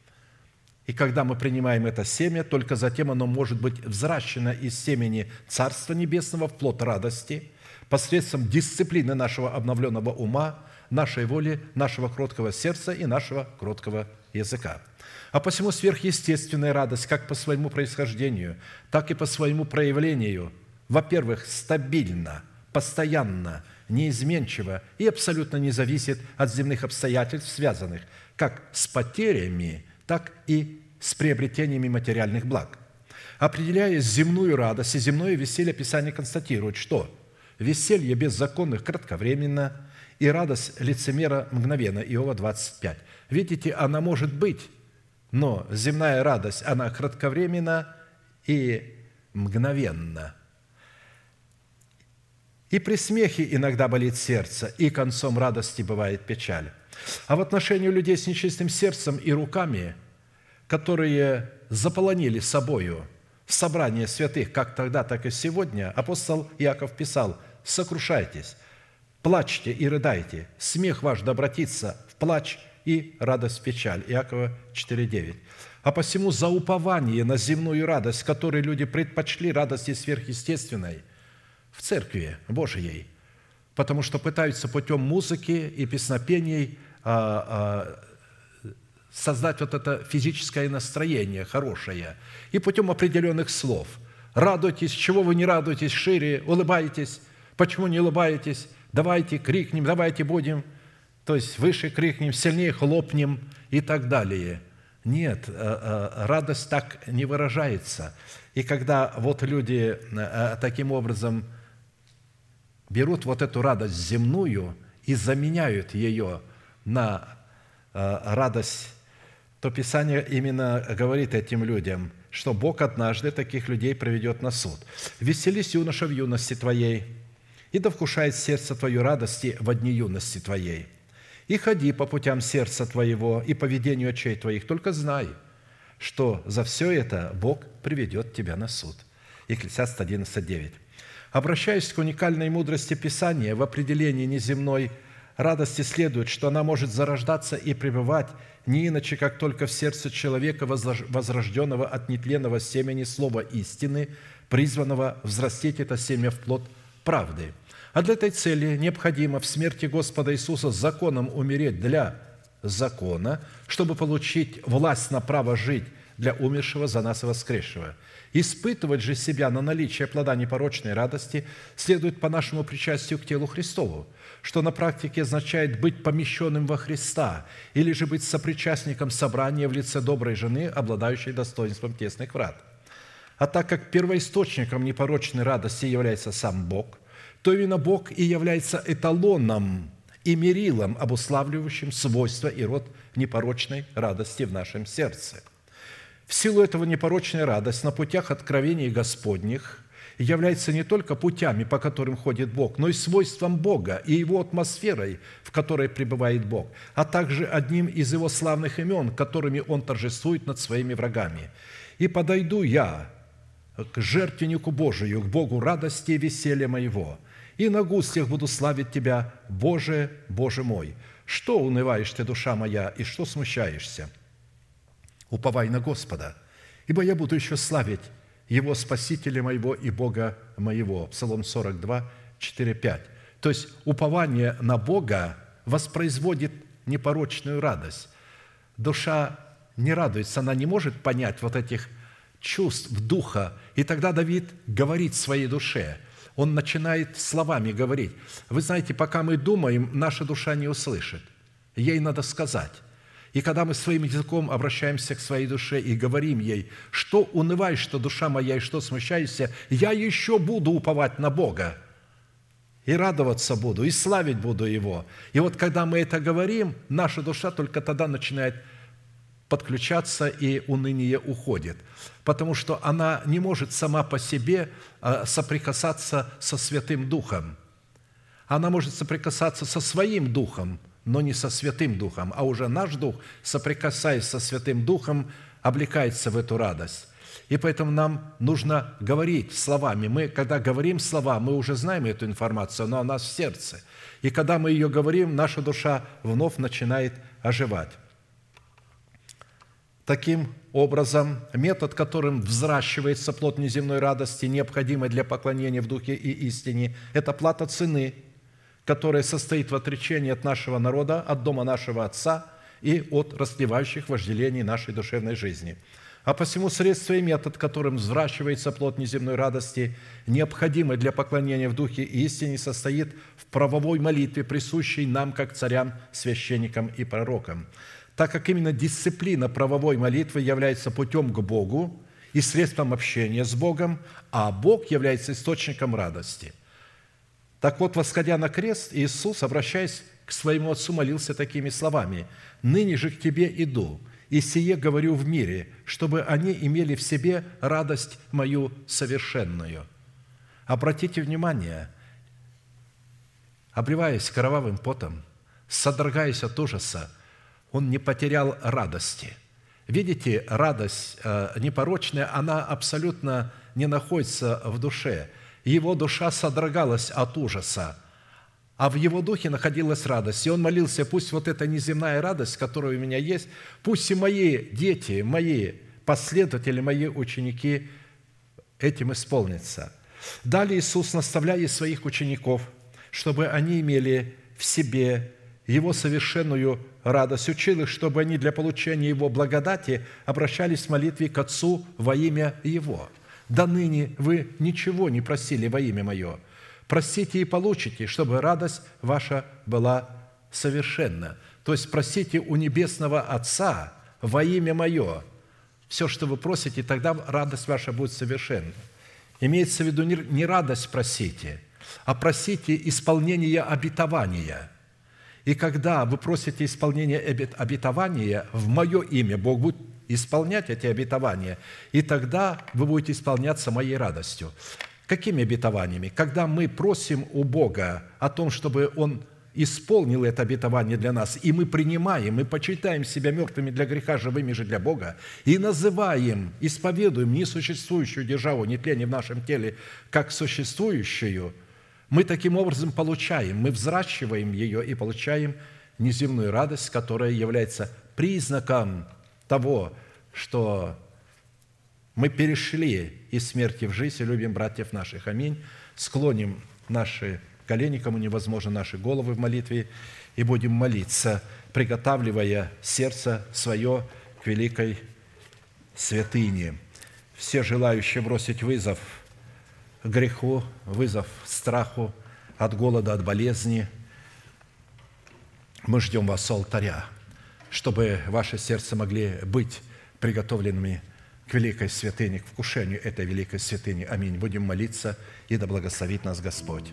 A: И когда мы принимаем это семя, только затем оно может быть взращено из семени Царства Небесного в плод радости посредством дисциплины нашего обновленного ума, нашей воли, нашего кроткого сердца и нашего кроткого языка. А посему сверхъестественная радость как по своему происхождению, так и по своему проявлению, во-первых, стабильна, постоянно, неизменчива и абсолютно не зависит от земных обстоятельств, связанных как с потерями, так и с приобретениями материальных благ. Определяя земную радость и земное веселье, Писание констатирует, что веселье беззаконных кратковременно и радость лицемера мгновенно. Иова двадцать пять. Видите, она может быть, но земная радость, она кратковременна и мгновенна. И при смехе иногда болит сердце, и концом радости бывает печаль. А в отношении людей с нечистым сердцем и руками, которые заполонили собою собрание святых, как тогда, так и сегодня, апостол Иаков писал: «Сокрушайтесь, плачьте и рыдайте, смех ваш да обратится в плач и радость в печаль». Иакова четыре девять. «А посему за упование на земную радость, которой люди предпочли радости сверхъестественной в Церкви Божией, потому что пытаются путем музыки и песнопений а, а, создать вот это физическое настроение хорошее, и путем определенных слов. Радуйтесь, чего вы не радуетесь шире, улыбайтесь, почему не улыбаетесь, давайте крикнем, давайте будем, то есть выше крикнем, сильнее хлопнем и так далее». Нет, радость так не выражается. И когда вот люди таким образом берут вот эту радость земную и заменяют ее на радость, то Писание именно говорит этим людям, что Бог однажды таких людей приведет на суд. «Веселись, юноша, в юности твоей, и да вкушает сердце твое радости во дни юности твоей. И ходи по путям сердца твоего и по ведению очей твоих, только знай, что за все это Бог приведет тебя на суд». Екклесиаст одиннадцать девять. Обращаясь к уникальной мудрости Писания в определении неземной радости, следует, что она может зарождаться и пребывать не иначе, как только в сердце человека, возрожденного от нетленного семени слова истины, призванного взрастить это семя в плод правды. А для этой цели необходимо в смерти Господа Иисуса законом умереть для закона, чтобы получить власть на право жить для умершего за нас и воскресшего. Испытывать же себя на наличие плода непорочной радости следует по нашему причастию к телу Христову, что на практике означает быть помещенным во Христа или же быть сопричастником собрания в лице доброй жены, обладающей достоинством тесных врат. А так как первоисточником непорочной радости является сам Бог, то именно Бог и является эталоном и мерилом, обуславливающим свойства и род непорочной радости в нашем сердце. В силу этого непорочная радость на путях откровений Господних является не только путями, по которым ходит Бог, но и свойством Бога и Его атмосферой, в которой пребывает Бог, а также одним из Его славных имен, которыми Он торжествует над своими врагами. «И подойду я к жертвеннику Божию, к Богу радости и веселья моего, и на гуслях буду славить Тебя, Боже, Боже мой. Что унываешь ты, душа моя, и что смущаешься? Уповай на Господа, ибо я буду еще славить Его, Спасителя моего и Бога моего». Псалом сорок два, четыре, пять. То есть упование на Бога воспроизводит непорочную радость. Душа не радуется, она не может понять вот этих чувств духа, и тогда Давид говорит своей душе. Он начинает словами говорить. Вы знаете, пока мы думаем, наша душа не услышит. Ей надо сказать. И когда мы своим языком обращаемся к своей душе и говорим ей, что унываешь, что душа моя, и что смущаешься, я еще буду уповать на Бога, и радоваться буду, и славить буду Его. И вот когда мы это говорим, наша душа только тогда начинает подключаться, и уныние уходит, потому что она не может сама по себе соприкасаться со Святым Духом. Она может соприкасаться со своим Духом, но не со Святым Духом, а уже наш Дух, соприкасаясь со Святым Духом, облекается в эту радость. И поэтому нам нужно говорить словами. Мы, когда говорим слова, мы уже знаем эту информацию, но она в сердце. И когда мы ее говорим, наша душа вновь начинает оживать. Таким образом, метод, которым взращивается плод неземной радости, необходимый для поклонения в Духе и истине, это плата цены, которая состоит в отречении от нашего народа, от дома нашего Отца и от растлевающих вожделений нашей душевной жизни. А посему средство и метод, которым взращивается плод неземной радости, необходимый для поклонения в Духе и истине, состоит в правовой молитве, присущей нам, как царям, священникам и пророкам, так как именно дисциплина правовой молитвы является путем к Богу и средством общения с Богом, а Бог является источником радости. Так вот, восходя на крест, Иисус, обращаясь к своему Отцу, молился такими словами: «Ныне же к Тебе иду, и сие говорю в мире, чтобы они имели в себе радость мою совершенную». Обратите внимание, обливаясь кровавым потом, содрогаясь от ужаса, Он не потерял радости. Видите, радость непорочная, она абсолютно не находится в душе. Его душа содрогалась от ужаса, а в его духе находилась радость. И он молился: пусть вот эта неземная радость, которая у меня есть, пусть и мои дети, мои последователи, мои ученики этим исполнятся. Далее Иисус, наставляя своих учеников, чтобы они имели в себе Его совершенную радость, учил их, чтобы они для получения Его благодати обращались в молитве к Отцу во имя Его. «До ныне вы ничего не просили во имя Мое. Просите и получите, чтобы радость ваша была совершенна». То есть просите у Небесного Отца во имя Мое. Все, что вы просите, тогда радость ваша будет совершенна. Имеется в виду не радость просите, а просите исполнение обетования. И когда вы просите исполнение обетования в Мое имя, Бог будет исполнять эти обетования, и тогда вы будете исполняться Моей радостью. Какими обетованиями? Когда мы просим у Бога о том, чтобы Он исполнил это обетование для нас, и мы принимаем, мы почитаем себя мертвыми для греха, живыми же для Бога, и называем, исповедуем несуществующую державу нетления в нашем теле как существующую, мы таким образом получаем, мы взращиваем ее и получаем неземную радость, которая является признаком того, что мы перешли из смерти в жизнь и любим братьев наших. Аминь. Склоним наши колени, кому невозможно, наши головы в молитве, и будем молиться, приготавливая сердце свое к великой святыне. Все желающие бросить вызов греху, вызов страху, от голода, от болезни, мы ждем вас у алтаря, чтобы ваши сердца могли быть приготовленными к великой святыне, к вкушению этой великой святыни. Аминь. Будем молиться, и да благословит нас Господь.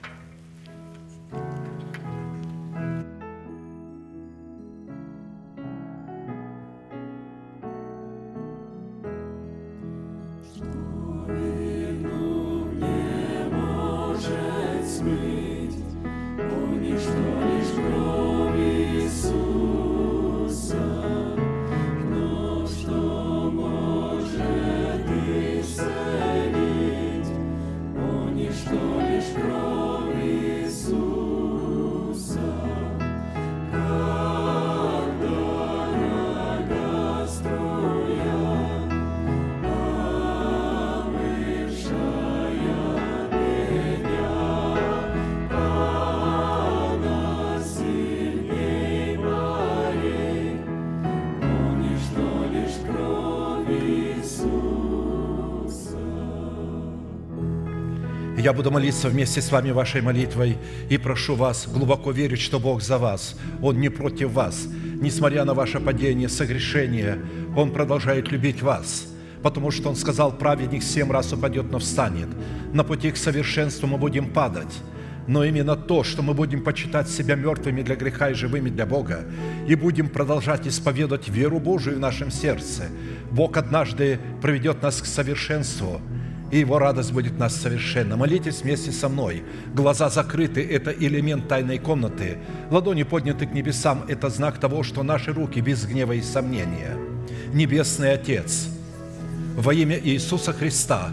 A: Я буду молиться вместе с вами вашей молитвой и прошу вас глубоко верить, что Бог за вас, Он не против вас. Несмотря на ваше падение, согрешение, Он продолжает любить вас, потому что Он сказал: праведник семь раз упадет, но встанет. На пути к совершенству мы будем падать, но именно то, что мы будем почитать себя мертвыми для греха и живыми для Бога, и будем продолжать исповедовать веру Божию в нашем сердце, Бог однажды приведет нас к совершенству, и Его радость будет нас совершенна. Молитесь вместе со мной. Глаза закрыты – это элемент тайной комнаты. Ладони подняты к небесам – это знак того, что наши руки без гнева и сомнения. Небесный Отец, во имя Иисуса Христа,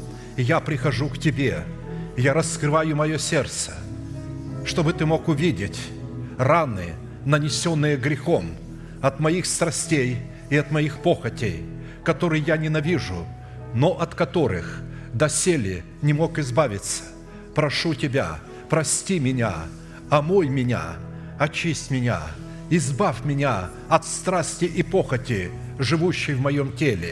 A: я прихожу к Тебе, я раскрываю мое сердце, чтобы Ты мог увидеть раны, нанесенные грехом от моих страстей и от моих похотей, которые я ненавижу, но от которых доселе не мог избавиться. Прошу Тебя, прости меня, омой меня, очисть меня, избавь меня от страсти и похоти, живущей в моем теле.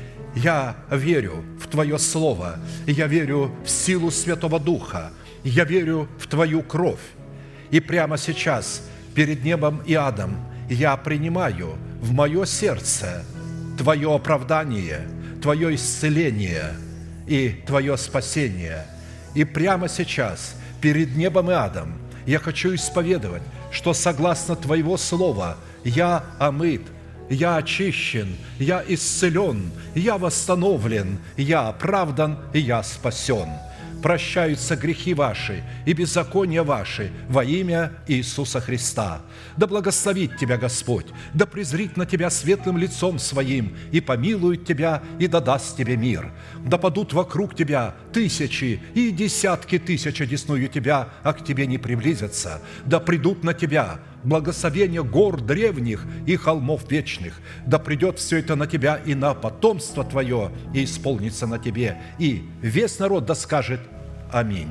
A: Я верю в Твое Слово, я верю в силу Святого Духа, я верю в Твою кровь. И прямо сейчас, перед небом и адом, я принимаю в мое сердце Твое оправдание, Твое исцеление и Твое спасение. И прямо сейчас, перед небом и адом, я хочу исповедовать, что согласно Твоего Слова я омыт, я очищен, я исцелен, я восстановлен, я оправдан и я спасен. прощаются грехи ваши и беззакония ваши во имя Иисуса Христа. Да благословит тебя Господь, да презрит на тебя светлым лицом Своим и помилует тебя и да даст тебе мир. Да падут вокруг тебя тысячи и десятки тысяч одесную тебя, а к тебе не приблизятся. Да придут на тебя благословение гор древних и холмов вечных. Да придет все это на тебя и на потомство твое, и исполнится на тебе. И весь народ да скажет аминь.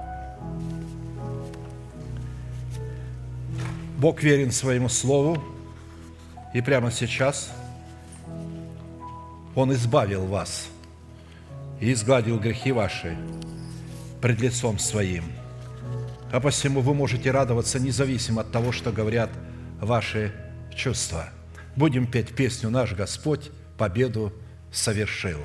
A: Бог верен своему слову, и прямо сейчас Он избавил вас и изгладил грехи ваши пред лицом Своим. А посему вы можете радоваться независимо от того, что говорят ваши чувства. Будем петь песню «Наш Господь победу совершил».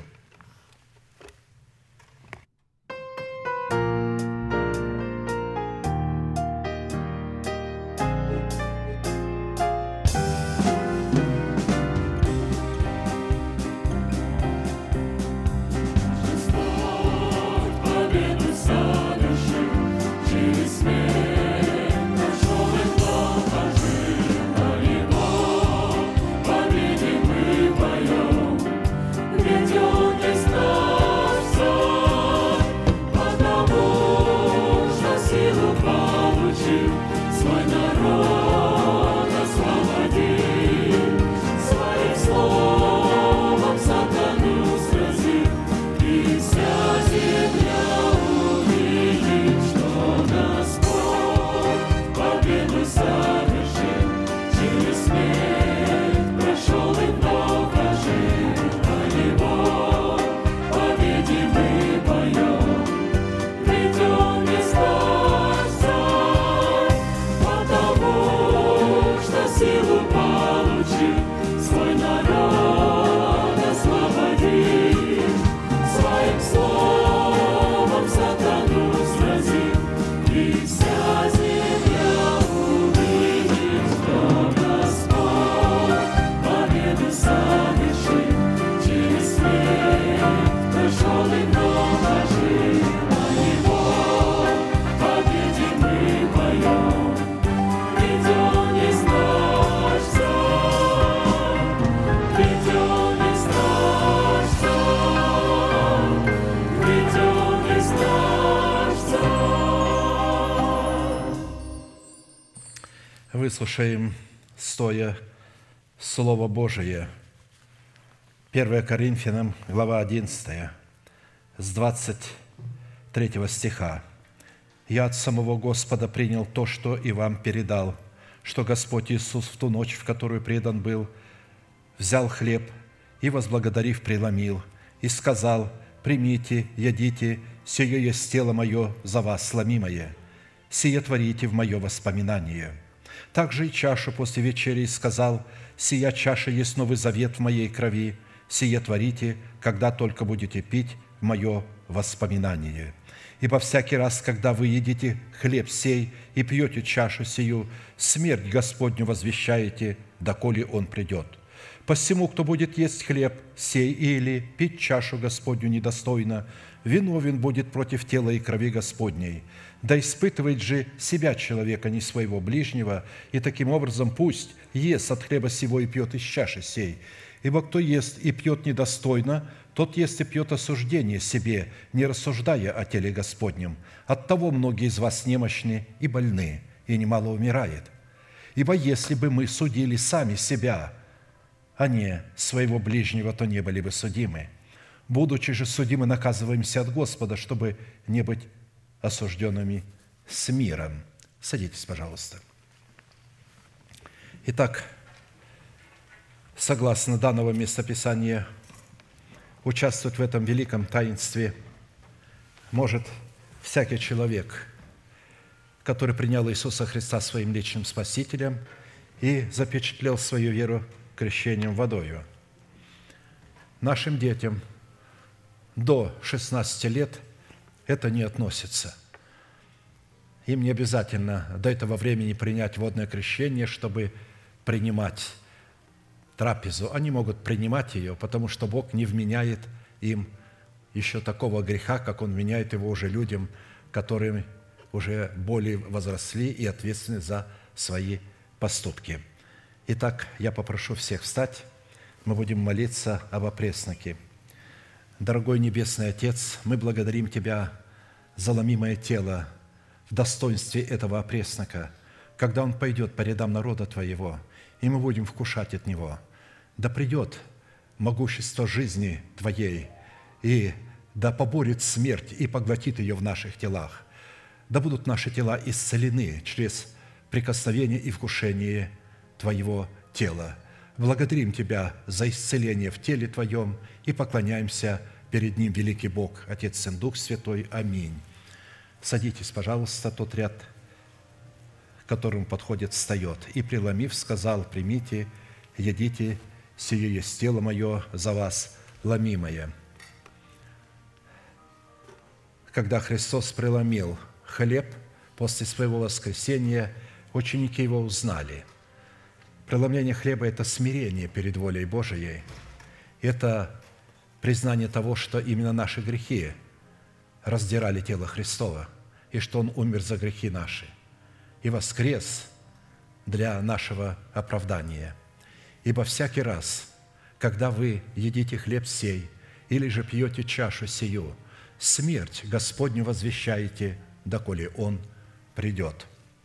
A: Выслушаем стоя Слово Божие. первое Коринфянам, глава одиннадцатая, с двадцать третьего стиха. «Я от самого Господа принял то, что и вам передал, что Господь Иисус в ту ночь, в которую предан был, взял хлеб и, возблагодарив, преломил, и сказал: примите, ядите, сие есть тело мое за вас сломимое, сие творите в мое воспоминание. Также и чашу после вечери сказал: сия чаша есть новый завет в моей крови, сие творите, когда только будете пить в мое воспоминание. Ибо всякий раз, когда вы едите хлеб сей и пьете чашу сию, смерть Господню возвещаете, доколе Он придет. Посему, кто будет есть хлеб сей или пить чашу Господню недостойно, виновен будет против тела и крови Господней. Да испытывает же себя человека, не своего ближнего, и таким образом пусть ест от хлеба сего и пьет из чаши сей. Ибо кто ест и пьет недостойно, тот ест и пьет осуждение себе, не рассуждая о теле Господнем. Оттого многие из вас немощны и больны, и немало умирает. Ибо если бы мы судили сами себя, а не своего ближнего, то не были бы судимы. Будучи же судимы, наказываемся от Господа, чтобы не быть осужденными с миром». Садитесь, пожалуйста. Итак, согласно данного местописания, участвовать в этом великом таинстве может всякий человек, который принял Иисуса Христа своим личным Спасителем и запечатлел свою веру крещением водою. Нашим детям до шестнадцати лет это не относится. Им не обязательно до этого времени принять водное крещение, чтобы принимать трапезу. Они могут принимать ее, потому что Бог не вменяет им еще такого греха, как он меняет его уже людям, которые уже более возросли и ответственны за свои поступки. Итак, я попрошу всех встать. Мы будем молиться об опресноке. Дорогой Небесный Отец, мы благодарим Тебя за ломимое тело в достоинстве этого опреснока, когда он пойдет по рядам народа Твоего, и мы будем вкушать от него. Да придет могущество жизни Твоей, и да поборет смерть и поглотит ее в наших телах. Да будут наши тела исцелены через прикосновение и вкушение Твоего тела. Благодарим Тебя за исцеление в теле Твоем и поклоняемся перед Ним, великий Бог, Отец, Сын, Дух Святой. Аминь. Садитесь, пожалуйста, тот ряд, к которому подходит, встает. И, преломив, сказал: примите, едите, сие есть тело мое за вас, ломимое. Когда Христос преломил хлеб после своего воскресения, ученики Его узнали. Преломление хлеба – это смирение перед волей Божией. Это признание того, что именно наши грехи раздирали тело Христова, и что Он умер за грехи наши и воскрес для нашего оправдания. Ибо всякий раз, когда вы едите хлеб сей или же пьете чашу сию, смерть Господню возвещаете, доколе Он придет».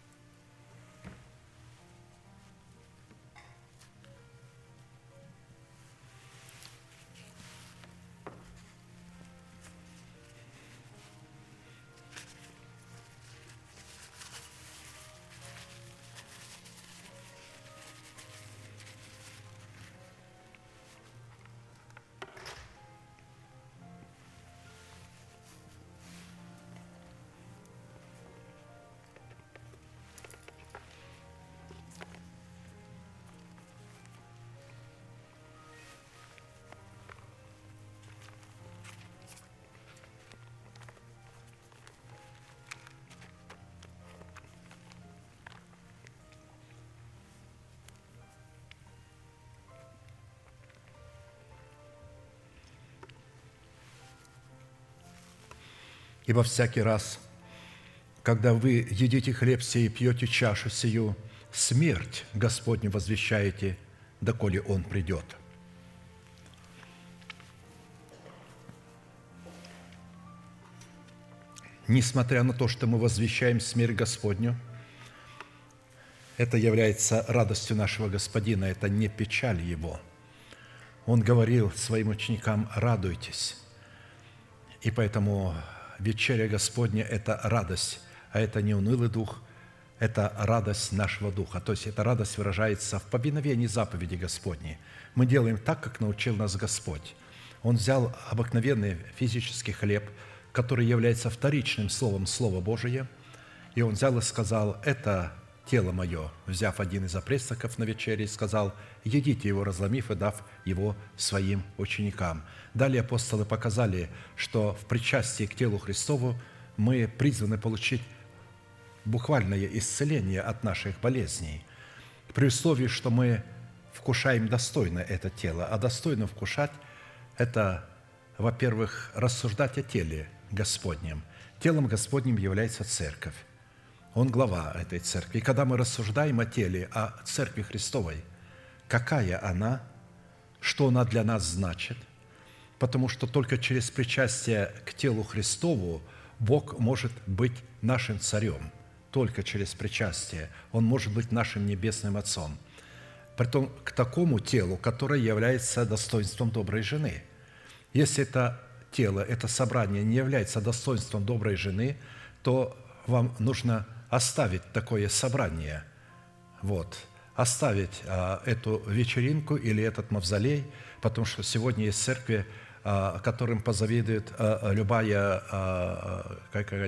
A: Ибо всякий раз, когда вы едите хлеб сей и пьете чашу сию, смерть Господню возвещаете, доколе Он придет». Несмотря на то, что мы возвещаем смерть Господню, это является радостью нашего Господина, это не печаль Его. Он говорил своим ученикам: «Радуйтесь». И поэтому вечеря Господня – это радость, а это не унылый дух, это радость нашего духа. То есть эта радость выражается в повиновении заповеди Господней. Мы делаем так, как научил нас Господь. Он взял обыкновенный физический хлеб, который является вторичным словом Слова Божия, и Он взял и сказал: «Это тело мое», взяв один из опресноков на вечере, и сказал: «Едите его, разломив и дав его своим ученикам». Далее апостолы показали, что в причастии к телу Христову мы призваны получить буквальное исцеление от наших болезней, при условии, что мы вкушаем достойно это тело. А достойно вкушать – это, во-первых, рассуждать о теле Господнем. Телом Господним является Церковь. Он глава этой Церкви. И когда мы рассуждаем о теле, о Церкви Христовой, какая она, что она для нас значит, потому что только через причастие к телу Христову Бог может быть нашим царем. Только через причастие Он может быть нашим небесным Отцом. Притом к такому телу, которое является достоинством доброй жены. Если это тело, это собрание не является достоинством доброй жены, то вам нужно оставить такое собрание, вот, оставить а, эту вечеринку или этот мавзолей, потому что сегодня есть церкви, а, которым позавидует а, любая а, как,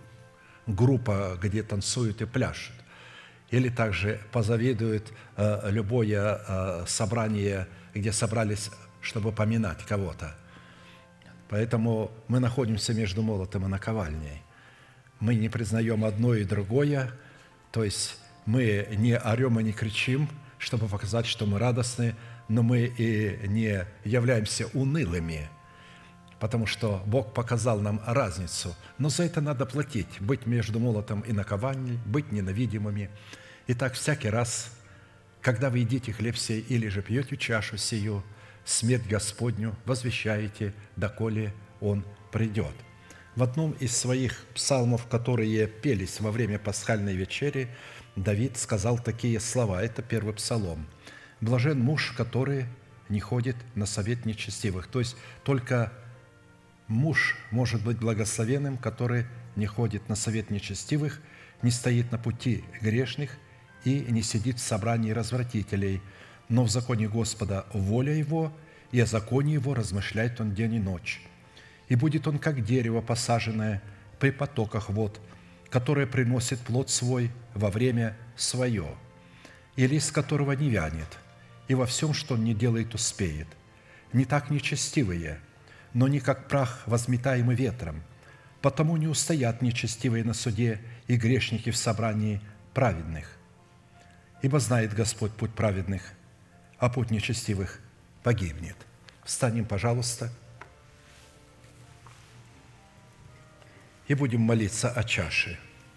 A: группа, где танцуют и пляшут, или также позавидует а, любое а, собрание, где собрались, чтобы поминать кого-то. Поэтому мы находимся между молотом и наковальней. Мы не признаем одно и другое, то есть мы не орем и не кричим, чтобы показать, что мы радостны, но мы и не являемся унылыми, потому что Бог показал нам разницу. Но за это надо платить, быть между молотом и наковальней, быть ненавидимыми. Итак, всякий раз, когда вы едите хлеб сей или же пьете чашу сию, смерть Господню возвещаете, доколе Он придет». В одном из своих псалмов, которые пелись во время пасхальной вечери, Давид сказал такие слова. Это первый псалом. «Блажен муж, который не ходит на совет нечестивых». То есть только муж может быть благословенным, который не ходит на совет нечестивых, не стоит на пути грешных и не сидит в собрании развратителей, но в законе Господа воля его, и о законе его размышляет он день и ночь. И будет он, как дерево, посаженное при потоках вод, которое приносит плод свой во время свое, и лист которого не вянет, и во всем, что он не делает, успеет. Не так нечестивые, но не как прах, возметаемый ветром. Потому не устоят нечестивые на суде и грешники в собрании праведных. Ибо знает Господь путь праведных, а путь нечестивых погибнет». Встанем, пожалуйста, и будем молиться о чаше.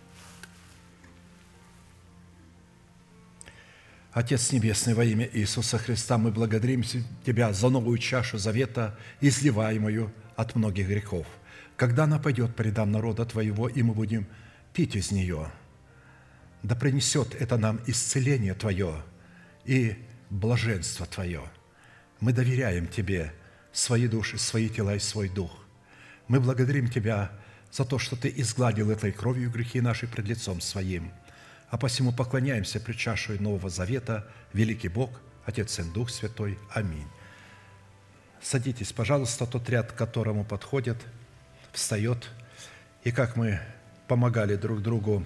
A: Отец Небесный, во имя Иисуса Христа, мы благодарим Тебя за новую чашу завета, изливаемую от многих грехов. Когда она пойдет по рядам народа Твоего, и мы будем пить из нее, да принесет это нам исцеление Твое и блаженство Твое. Мы доверяем Тебе свои души, свои тела и свой дух. Мы благодарим Тебя за то, что Ты изгладил этой кровью грехи наши пред лицом Своим. А посему поклоняемся пред чашей Нового Завета, великий Бог, Отец, Сын, Дух Святой. Аминь. Садитесь, пожалуйста, тот ряд, к которому подходит, встает. И как мы помогали друг другу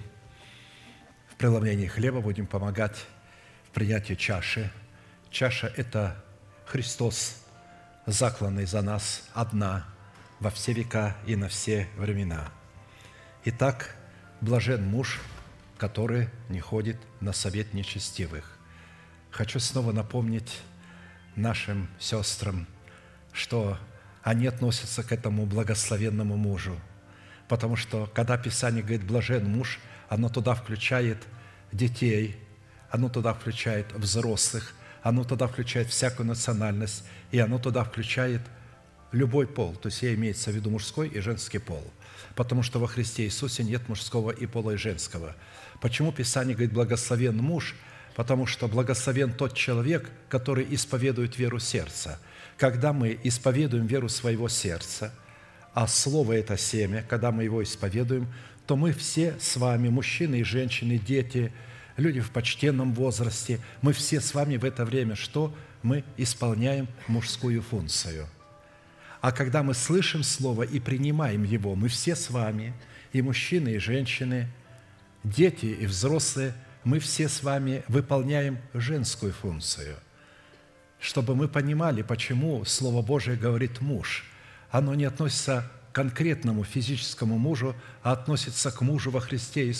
A: в преломлении хлеба, будем помогать в принятии чаши. Чаша – это Христос, закланный за нас одна во все века и на все времена. Итак, блажен муж, который не ходит на совет нечестивых. Хочу снова напомнить нашим сестрам, что они относятся к этому благословенному мужу, потому что, когда Писание говорит «блажен муж», оно туда включает детей, оно туда включает взрослых, оно туда включает всякую национальность, и оно туда включает любой пол, то есть имеется в виду мужской и женский пол, потому что во Христе Иисусе нет мужского и пола и женского. Почему Писание говорит «благословен муж»? Потому что благословен тот человек, который исповедует веру сердца. Когда мы исповедуем веру своего сердца, а Слово – это семя, когда мы его исповедуем, то мы все с вами, мужчины и женщины, дети, люди в почтенном возрасте, мы все с вами в это время что? Мы исполняем мужскую функцию. А когда мы слышим Слово и принимаем его, мы все с вами, и мужчины, и женщины, дети и взрослые, мы все с вами выполняем женскую функцию. Чтобы мы понимали, почему Слово Божие говорит «муж». Оно не относится к конкретному физическому мужу, а относится к мужу во Христе